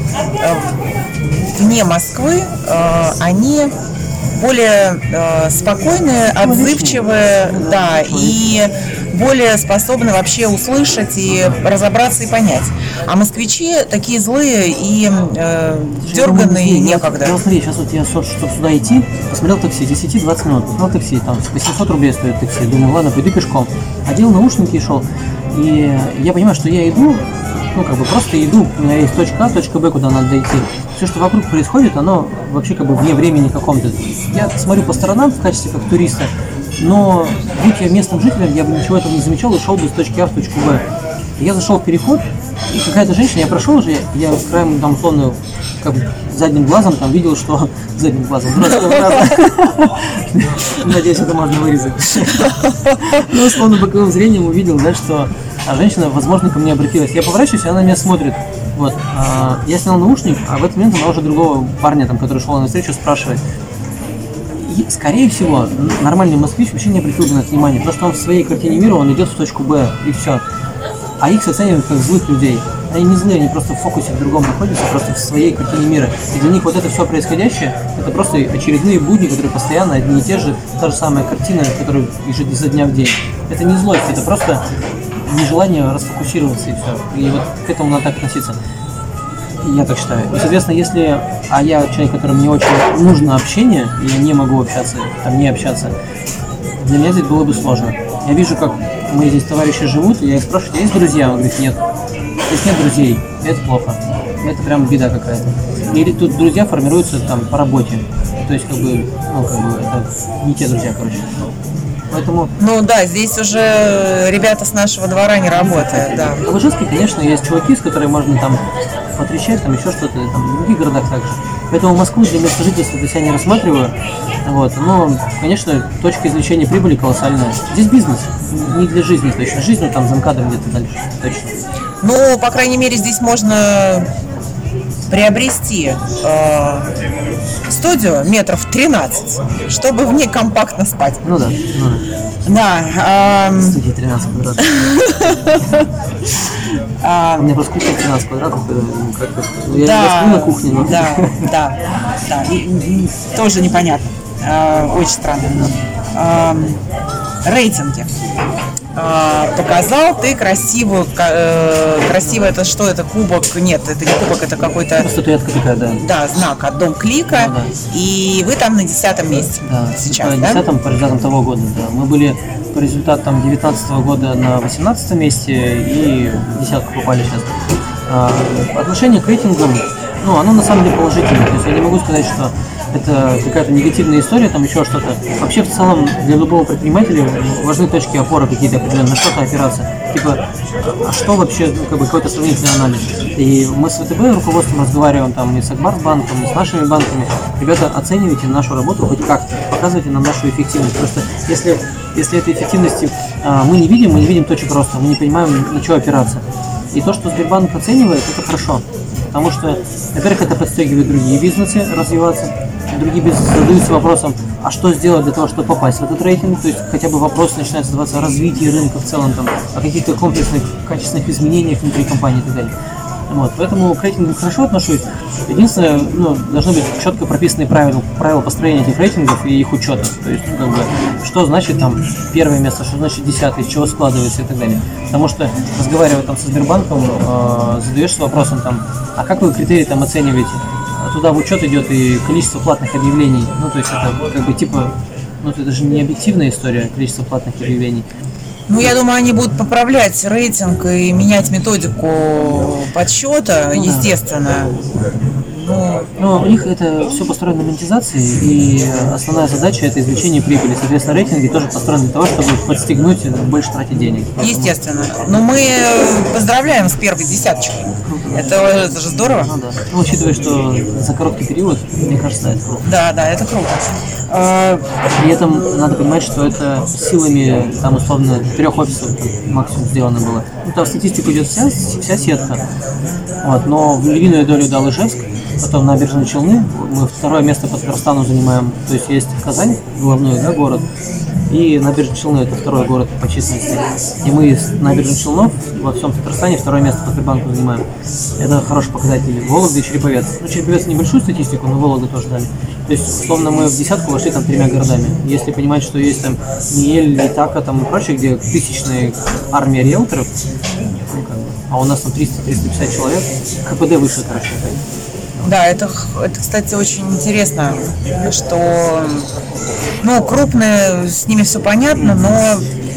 э, вне Москвы, э, они более э, спокойные, отзывчивые, да, и более способны вообще услышать и разобраться и понять. А москвичи такие злые и э, дерганные некогда. Ну, смотри, сейчас вот я, чтобы сюда идти, посмотрел такси, здесь идти двадцать минут, посмотрел такси, там восемьсот рублей стоит такси, думаю, ладно, пойду пешком. Одел наушники и шел. И я понимаю, что я иду, ну, как бы просто иду, у меня есть точка А, точка Б, куда надо дойти. Все, что вокруг происходит, оно вообще как бы вне времени каком-то. Я смотрю по сторонам в качестве как туриста, но будь я местным жителем, я бы ничего этого не замечал и шел бы с точки А в точку Б. Я зашел в переход, и какая-то женщина, я прошел уже, я краем там условно, как бы задним глазом там видел, что задним глазом. Надеюсь, это можно вырезать. Ну, условно боковым зрением увидел, да, что женщина, возможно, ко мне обратилась. Я поворачиваюсь, и она меня смотрит. Вот. Я снял наушник, а в этот момент она уже другого парня, там, который шел на встречу, спрашивает. И, скорее всего, нормальный москвич вообще не обратил бы на это внимание, потому что он в своей картине мира, он идет в точку Б, и все. А их оценивают как злых людей. Они не злые, они просто в фокусе в другом находятся, просто в своей картине мира. И для них вот это все происходящее, это просто очередные будни, которые постоянно одни и те же, та же самая картина, которая лежит изо дня в день. Это не злость, это просто нежелание расфокусироваться и все. И вот к этому надо так относиться. Я так считаю. И, соответственно, если... А я человек, которому не очень нужно общение, и я не могу общаться, там, не общаться, для меня здесь было бы сложно. Я вижу, как мои здесь товарищи живут, и я их спрашиваю, есть друзья? Он говорит, нет. Если нет друзей, это плохо. Это прям беда какая-то. Или тут друзья формируются там по работе. То есть, как бы, ну, как бы, это не те друзья, короче. Поэтому... Ну да, здесь уже ребята с нашего двора не работают, да. А в Ижевске, конечно, есть чуваки, с которыми можно там потрещать, там еще что-то, там в других городах также. Поэтому Москву для места жительства для себя не рассматриваю. Вот. Но, конечно, точка извлечения прибыли колоссальная. Здесь бизнес, не для жизни точно. Жизнь, ну, там за МКАДом где-то дальше, точно. Ну, по крайней мере, здесь можно приобрести э, студию метров тринадцать, чтобы в ней компактно спать. Ну да, ну да. Да. Э, студия тринадцать квадратов. У меня просто кухня тринадцать квадратов, как-то... Я не сплю на кухне, но... Да, да, да. Тоже непонятно. Очень странно. Рейтинги. Показал ты красивую, красиво, это что, это кубок, нет, это не кубок, это какой-то... Статуэтка такая, да. Да, знак от Дом Клика, ну, да. И вы там на десятом месте да, сейчас, по да? десятом, по результатам того года, да. Мы были по результатам девятнадцатого года на восемнадцатом месте и в десятку попали сейчас. А, отношение к рейтингам, ну, оно на самом деле положительное, то есть я не могу сказать, что это какая-то негативная история, там еще что-то. Вообще, в целом, для любого предпринимателя важны точки опоры какие-то определенные, на что-то опираться. Типа, а что вообще, ну, как бы, какой-то сравнительный анализ. И мы с ВТБ руководством разговариваем, там, и с Акбарсбанком, и с нашими банками. Ребята, оценивайте нашу работу хоть как-то, показывайте нам нашу эффективность. Просто если, если этой эффективности а, мы не видим, мы не видим точек роста, мы не понимаем, на что опираться. И то, что Сбербанк оценивает, это хорошо. Потому что, во-первых, это подстегивает другие бизнесы развиваться. Другие бизнесы задаются вопросом, а что сделать для того, чтобы попасть в этот рейтинг, то есть хотя бы вопрос начинает задаваться о развитии рынка в целом, там, о каких-то комплексных, качественных изменениях внутри компании и так далее. Вот, поэтому к рейтингам хорошо отношусь. Единственное, ну, должны быть четко прописанные правила, правила построения этих рейтингов и их учета. То есть, ну, как бы, что значит там первое место, что значит десятое, из чего складывается и так далее. Потому что, разговаривая там со Сбербанком, э, задаешься вопросом, там, а как вы критерии там оцениваете? Туда в учет идет и количество платных объявлений. Ну, то есть это как бы типа, ну, это же не объективная история, количество платных объявлений. Ну, я думаю, они будут поправлять рейтинг и менять методику подсчета, ну, естественно. Да. Ну, Но у них это все построено на монетизации, и основная задача – это извлечение прибыли. Соответственно, рейтинги тоже построены для того, чтобы подстегнуть больше тратить денег. естественно. Но мы поздравляем с первой десяточкой. Это, это же здорово. Ну, да. Ну, учитывая, что за короткий период, мне кажется, это круто. Да, да, это круто. А, При этом надо понимать, что это силами, там, условно, трех офисов там, максимум сделано было. Ну, там в статистику идет вся, вся сетка, вот, но в львиную долю дал Ижевск, потом Набережные Челны, мы второе место по Татарстану занимаем, то есть есть Казань, головной, да, город, и Набережные Челны – это второй город по численности. И мы из Набережных Челнов во всем Татарстане второе место по Сбербанку занимаем. Это хороший показатель. Вологда и Череповец. Ну, Череповец небольшую статистику, но Вологда тоже дали. То есть, условно, мы в десятку вошли там тремя городами. Если понимать, что есть там Ниель, Итака там и прочее, где тысячная армия риэлторов, ну, как бы, а у нас там триста - триста пятьдесят человек, КПД выше, короче. да, это, это, кстати, очень интересно, что, ну, крупные, с ними все понятно, но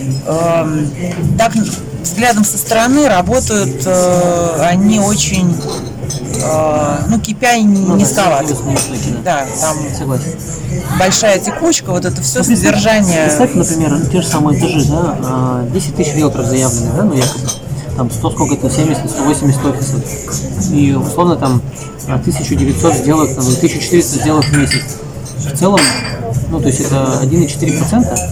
э, так взглядом со стороны работают э, они очень, э, ну, кей пи ай Ну, низковат. да, Да, там согласен. большая текучка, вот это все Ну, представь- содержание. Представь, например, те же самые этажи, да, а, десять тысяч риэлторов заявлены, да, ну якобы, там сто сколько-то, семьдесят - сто восемьдесят офисов, и условно там а, тысяча девятьсот сделок, там, тысяча четыреста сделок в месяц. В целом, ну то есть это один и четыре десятых процента,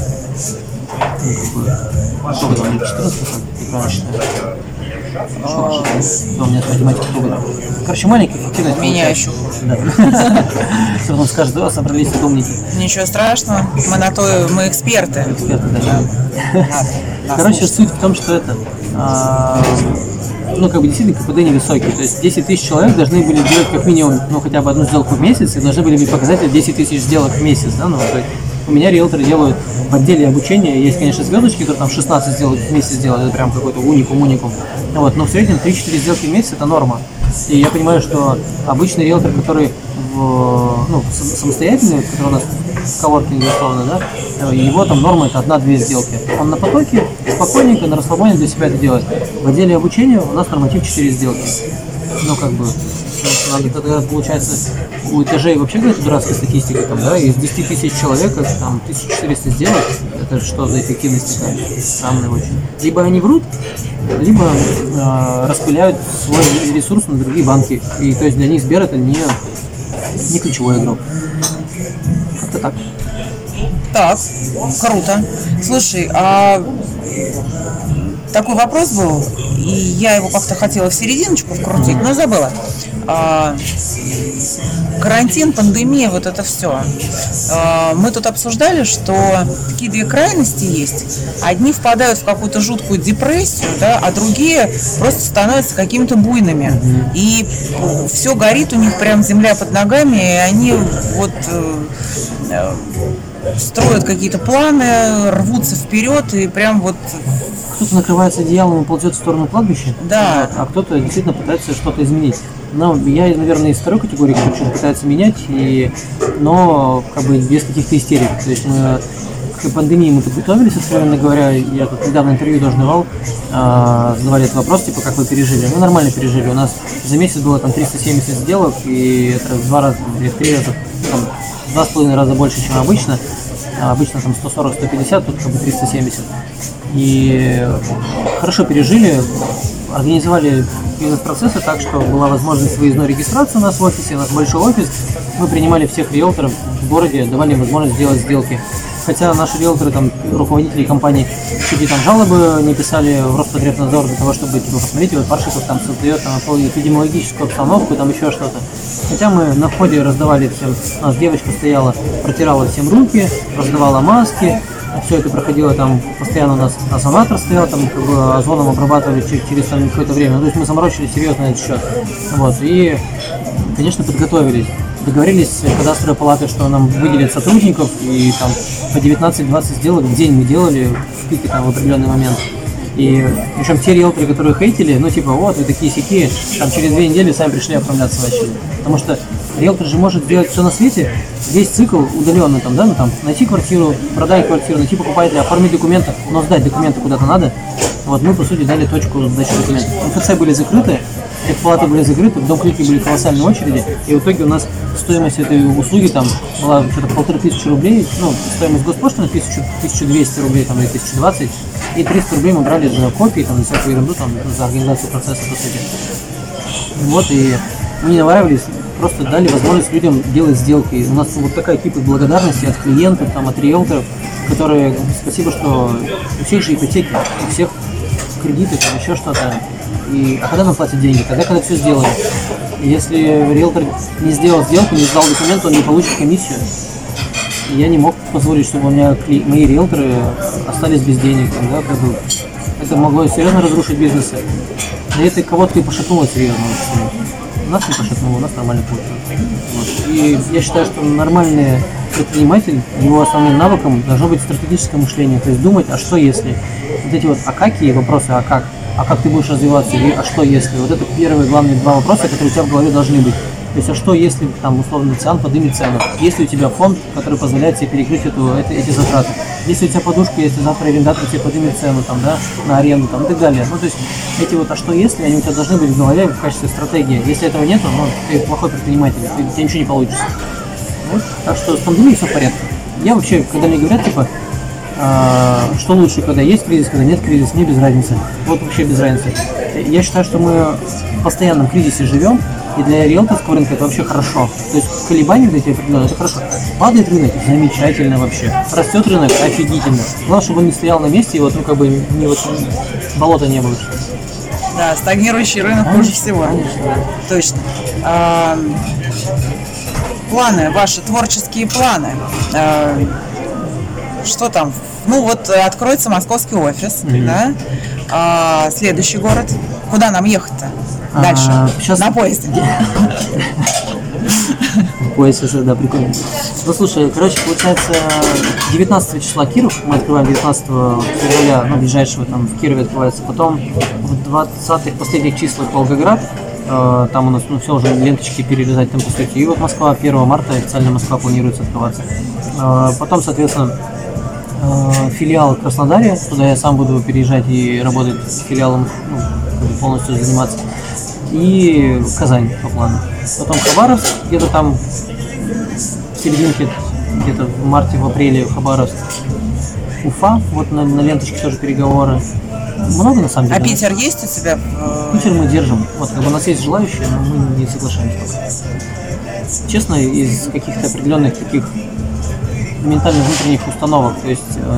ну как бы, сколько там, четырнадцать процентов, я правильно считаю. Что, что у меня с математикой туго. Короче, маленькая эффективность. Меня получается. еще Да. Все потом скажет, да, собрались тут умники. Ничего страшного, мы на то, мы эксперты. Эксперты, да. Надо, надо Короче, слушать. суть в том, что это, а, ну, как бы действительно КПД невысокий. То есть десять тысяч человек должны были делать как минимум, ну, хотя бы одну сделку в месяц, и должны были быть показатели десять тысяч сделок в месяц, да, ну, то есть у меня риэлторы делают в отделе обучения, есть, конечно, звездочки, которые там шестнадцать сделок в месяц делают, это прям какой-то уникум, уникум. Вот, но в среднем три-четыре сделки в месяц это норма. И я понимаю, что обычный риэлтор, который в, ну, самостоятельный, который у нас в коворкинге условно, да, его там норма это одна-две сделки. Он на потоке, спокойненько, на расслабоне для себя это делает. В отделе обучения у нас норматив четыре сделки. Ну, как бы, надо, тогда получается, у этажей вообще какая-то дурацкая статистика, там, да, из десяти тысяч человек, там, тысяча четыреста сделок, это что за эффективность такая? Странная очень. Либо они врут, либо э, распыляют свой ресурс на другие банки, и то есть для них Сбер это не, не ключевой игрок. Как-то так. Так, круто. Слушай, а такой вопрос был, и я его как-то хотела в серединочку вкрутить, но забыла. А, карантин, пандемия, вот это все. А, мы тут обсуждали, что такие две крайности есть. Одни впадают в какую-то жуткую депрессию, да, а другие просто становятся какими-то буйными. И все горит у них прям земля под ногами, и они вот э, строят какие-то планы, рвутся вперед и прям вот... Кто-то накрывается одеялом и ползет в сторону кладбища, Да. а кто-то действительно пытается что-то изменить. Но я, наверное, из второй категории, кто что-то пытается менять, и, но как бы без каких-то истерик. То есть мы к пандемии мы подготовились, откровенно говоря. Я тут недавно интервью тоже давал, э, задавали этот вопрос, типа, как вы пережили. Мы нормально пережили. У нас за месяц было там триста семьдесят сделок, и это в два раза или в три раза, там, в два с половиной раза больше, чем обычно. А обычно там сто сорок - сто пятьдесят, тут как бы триста семьдесят. И хорошо пережили, организовали бизнес-процессы так, что была возможность выездной регистрации у нас в офисе, у нас большой офис, мы принимали всех риэлторов в городе, давали им возможность сделать сделки. Хотя наши риэлторы, там, руководители компаний, чуть ли там жалобы не писали в Роспотребнадзор для того, чтобы, типа, посмотрите, вот Паршиков там создает там, эпидемиологическую обстановку, там еще что-то. Хотя мы на входе раздавали всем, у нас девочка стояла, протирала всем руки, раздавала маски, все это проходило там, постоянно у нас озонатор стоял, там как бы озоном обрабатывали через, через там, какое-то время, ну, то есть мы заморочили серьезно этот счет. Вот, и, конечно, подготовились. Договорились с кадастровой палатой, что нам выделят сотрудников, и там по девятнадцать-двадцать сделок в день мы делали в пике там в определенный момент. И причем те риэлторы, которые хейтили, ну типа, вот, вы такие сякие, там через две недели сами пришли оформляться вообще. Потому что риэлтор же может делать все на свете, весь цикл удаленно, там, да, ну там, найти квартиру, продать квартиру, найти покупателя, оформить документы, но сдать документы куда-то надо. Вот мы, по сути, дали точку сдачи документов. МФЦ были закрыты, как палаты были закрыты, в дом клиники были колоссальные очереди, и в итоге у нас стоимость этой услуги там была что-то полторы тысячи рублей, ну, стоимость госпошлины тысяча двести рублей там, или тысяча двадцать, и триста рублей мы брали за копии, там, за всякую ерунду, там, за организацию процесса, по сути. Вот, и мы не наворачивались, просто дали возможность людям делать сделки. И у нас вот такая кипа благодарности от клиентов, там, от риэлторов, которые, спасибо, что у всех же ипотеки, у всех кредиты, там, еще что-то. И, а когда нам платят деньги? Тогда, когда все сделали. И если риэлтор не сделал сделку, не сдал документ, он не получит комиссию. И я не мог позволить, чтобы у меня мои риэлторы остались без денег. Там, да, как бы. Это могло серьезно разрушить бизнесы. И это кого-то и пошатнуло серьезно. У нас не пошатнуло, у нас нормально получилось. Вот. И я считаю, что нормальный предприниматель, его основным навыком должно быть стратегическое мышление. То есть думать, а что если? Вот эти вот а какие вопросы, а как? А как ты будешь развиваться? И а что если? Вот это первые главные два вопроса, которые у тебя в голове должны быть. То есть, а что если там условно ЦИАН поднимет цену? Если у тебя фонд, который позволяет тебе перекрыть эту, это, эти затраты? Если у тебя подушка, если завтра арендатор тебе поднимет цену там, да, на аренду там, и так далее. Ну, то есть, эти вот, а что если, они у тебя должны быть в голове в качестве стратегии. Если этого нет, ну, ты плохой предприниматель, ты, у тебя ничего не получится. Вот. Так что с пандемией все в порядке. Я вообще, когда мне говорят, типа, а, что лучше, когда есть кризис, когда нет кризиса, мне без разницы. Вот вообще без разницы. Я считаю, что мы в постоянном кризисе живем, и для риэлторского рынка это вообще хорошо. То есть колебания для тебя определенные, это хорошо. Падает рынок, замечательно вообще. Растет рынок, офигительно. Главное, чтобы он не стоял на месте, и вот, ну, как бы, не вот, болота не было. Да, стагнирующий рынок Конечно, хуже всего. конечно. Точно. А, планы, ваши творческие планы. А, что там? Ну вот откроется московский офис, mm-hmm. да? А, следующий город. Куда нам ехать-то? Дальше. А, сейчас... На поезде. Поезд, да, прикольно. Ну, слушай, короче, получается, девятнадцатого числа Киров, мы открываем девятнадцатого февраля, ну, ближайшего, там, в Кирове открывается, потом в двадцатых последних числах Волгоград, э, там у нас, ну, все уже ленточки перерезать, там, по сути, и вот Москва, первого марта официально Москва планируется открываться. Э, потом, соответственно, э, филиал в Краснодаре, туда я сам буду переезжать и работать с филиалом, ну, как бы полностью заниматься. И Казань по плану. Потом Хабаровск, где-то там в серединке, где-то в марте, в апреле Хабаровск. Уфа, вот на, на ленточке тоже переговоры. Много на самом деле. А Питер есть у тебя? Питер мы держим. Вот как бы у нас есть желающие, но мы не соглашаемся пока. Честно, из каких-то определенных таких ментальных внутренних установок. То есть э,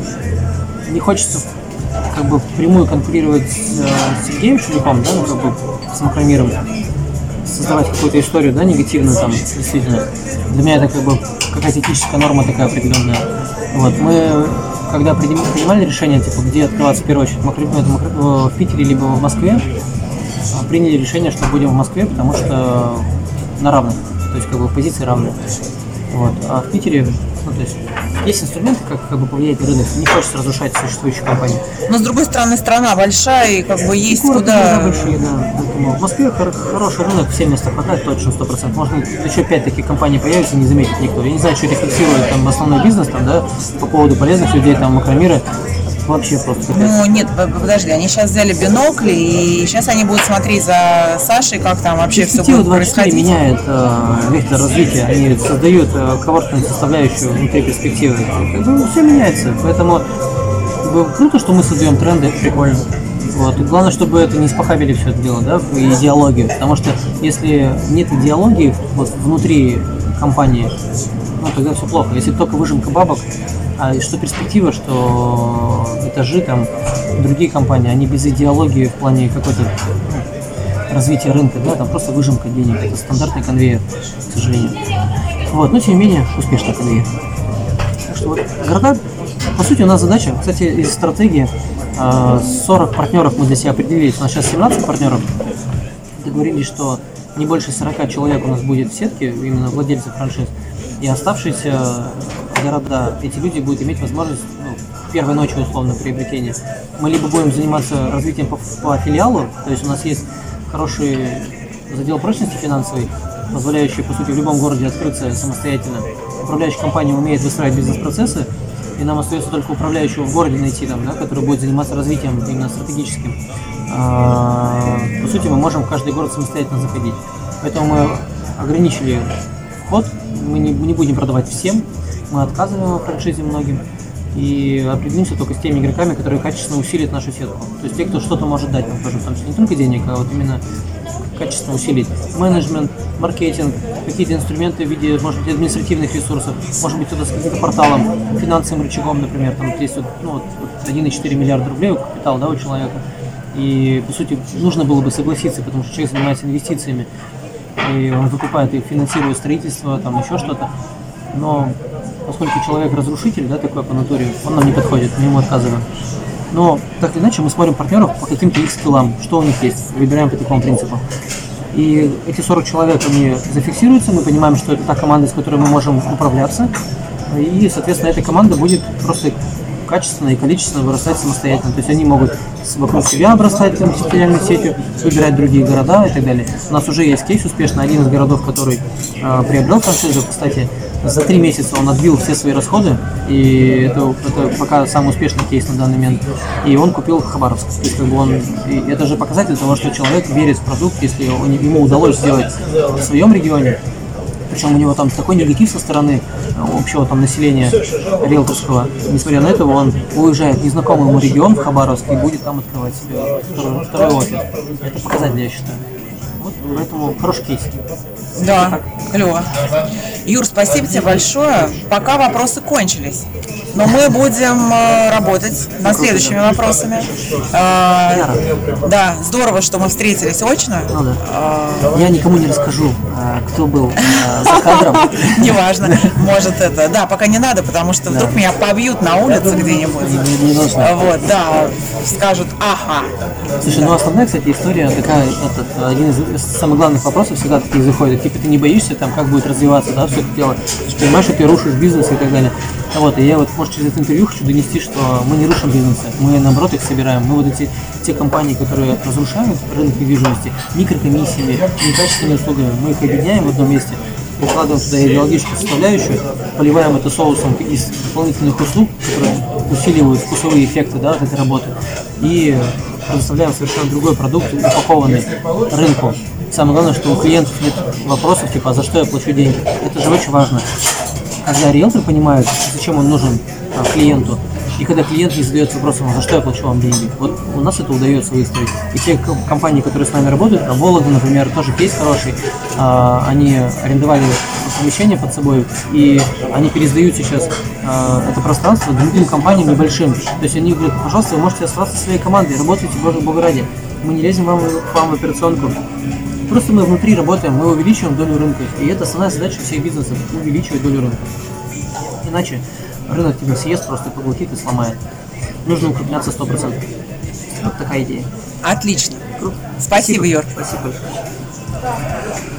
не хочется как бы прямую конкурировать с, с Сергеем Шелюком, да, ну как бы с Макромиром, создавать какую-то историю, да, негативную там, действительно. Для меня это как бы какая-то этическая норма такая определенная. Вот, мы, когда принимали решение, типа, где открываться в первую очередь, в Питере либо в Москве, приняли решение, что будем в Москве, потому что на равных, то есть как бы позиции равные. Вот. А в Питере, ну, то есть, есть инструменты, как, как бы повлиять на рынок, не хочется разрушать существующую компанию. Но с другой стороны, страна большая, и как бы есть город, куда... большие, да. Поэтому в Москве хор- хороший рынок, все места хватает, точно сто процентов. Можно еще пять таких компаний появится, не заметит никто. Я не знаю, что рефлексирует там основной бизнес, там, да, по поводу полезных людей, там, макромира. Вообще просто. Ну нет, подожди, они сейчас взяли бинокли, и сейчас они будут смотреть за Сашей, как там вообще все будет происходить. Меняет э, вектор развития, они создают э, комфортную составляющую внутри перспективы. Как бы, все меняется, поэтому как бы, круто, что мы создаем тренды, прикольно. Вот. И главное, чтобы это не спохабили все это дело, да, и идеологию, потому что если нет идеологии вот, внутри компании, ну тогда все плохо. Если только выжимка бабок, а что перспектива, что этажи, там, другие компании, они без идеологии в плане какой-то развития рынка, да, там просто выжимка денег, это стандартный конвейер, к сожалению. Вот, но тем не менее, успешный конвейер. Так что вот, города, по сути, у нас задача, кстати, из стратегии, сорок партнеров мы для себя определились, у нас сейчас семнадцать партнеров, договорились, что не больше сорок человек у нас будет в сетке, именно владельцев франшиз, и оставшиеся города, эти люди будут иметь возможность, ну, первой ночью условно приобретения. Мы либо будем заниматься развитием по, по филиалу, то есть у нас есть хороший задел прочности финансовый, позволяющий, по сути, в любом городе открыться самостоятельно. Управляющая компания умеет выстраивать бизнес-процессы, и нам остается только управляющего в городе найти, там, да, который будет заниматься развитием именно стратегическим. А, по сути, мы можем в каждый город самостоятельно заходить. Поэтому мы ограничили вход, мы не, не будем продавать всем, мы отказываем во франшизе многим и определимся только с теми игроками, которые качественно усилят нашу сетку. То есть те, кто что-то может дать нам тоже, в том числе не только денег, а вот именно качественно усилить менеджмент, маркетинг, какие-то инструменты в виде, может быть, административных ресурсов, может быть, кто-то с каким-то порталом, финансовым рычагом, например, там есть вот, ну, вот один и четыре миллиарда рублей капитал, да, у человека, и, по сути, нужно было бы согласиться, потому что человек занимается инвестициями, и он выкупает и финансирует строительство, там еще что-то, но поскольку человек разрушитель, да, такой по натуре, он нам не подходит, мы ему отказываем. Но так или иначе мы смотрим партнеров по каким-то их скиллам, что у них есть, выбираем по такому принципу. И эти сорок человек, они зафиксируются, мы понимаем, что это та команда, с которой мы можем управляться, и, соответственно, эта команда будет просто качественно и количественно вырастать самостоятельно. То есть они могут вокруг себя обрастать там, территориальной сетью, выбирать другие города и так далее. У нас уже есть кейс успешно, один из городов, который э, приобрел франшизу, кстати, за три месяца он отбил все свои расходы, и это, это пока самый успешный кейс на данный момент. И он купил Хабаровск. То есть, как бы он, и это же показатель того, что человек верит в продукт, если он, ему удалось сделать в своем регионе. Причем у него там такой негатив со стороны общего там населения риэлторского. Несмотря на это, он уезжает в незнакомый ему регион, в Хабаровск, и будет там открывать себе второй, второй офис. Это показатель, я считаю. Вот, поэтому хороший кейс. Да, так. Клево. Юр, спасибо тебе большое. Пока вопросы кончились. Но мы будем э, работать над следующими вопросами. Э, да, здорово, что мы встретились очно. Ну, да. э, Я никому не расскажу, кто был э, за кадром. Неважно. Может это. Да, пока не надо, потому что вдруг меня побьют на улице где-нибудь. Вот, да, скажут ага. Слушай, ну основная, кстати, история такая, этот, один из самых главных вопросов всегда такие заходят. Типа ты не боишься, там, как будет развиваться, да, все это дело. Ты же понимаешь, что ты рушишь бизнес и так далее. Вот, и я вот, может, через это интервью хочу донести, что мы не рушим бизнесы, мы, наоборот, их собираем. Мы вот эти, те компании, которые разрушают рынок недвижимости микрокомиссиями, некачественными услугами, мы их объединяем в одном месте, укладываем туда идеологическую составляющую, поливаем это соусом из дополнительных услуг, которые усиливают вкусовые эффекты, да, от этой работы, и предоставляем совершенно другой продукт, упакованный рынку. Самое главное, что у клиентов нет вопросов, типа, а за что я плачу деньги? Это же очень важно. Когда риэлтор понимает, зачем он нужен а, клиенту, и когда клиент не задается вопросом, за что я плачу вам деньги, вот у нас это удается выстроить. И те компании, которые с нами работают, а Вологда, например, тоже кейс хороший, а, они арендовали помещение под собой, и они пересдают сейчас а, это пространство другим компаниям небольшим. То есть они говорят, пожалуйста, вы можете оставаться со своей командой, работайте, Боже, Бога ради. Мы не лезем вам, к вам в операционку. Просто мы внутри работаем, мы увеличиваем долю рынка. И это основная задача всех бизнесов – увеличивать долю рынка. Иначе рынок тебя съест, просто поглотит и сломает. Нужно укрепляться сто процентов. Вот такая идея. Отлично. Круто. Спасибо, Юр. Спасибо большое.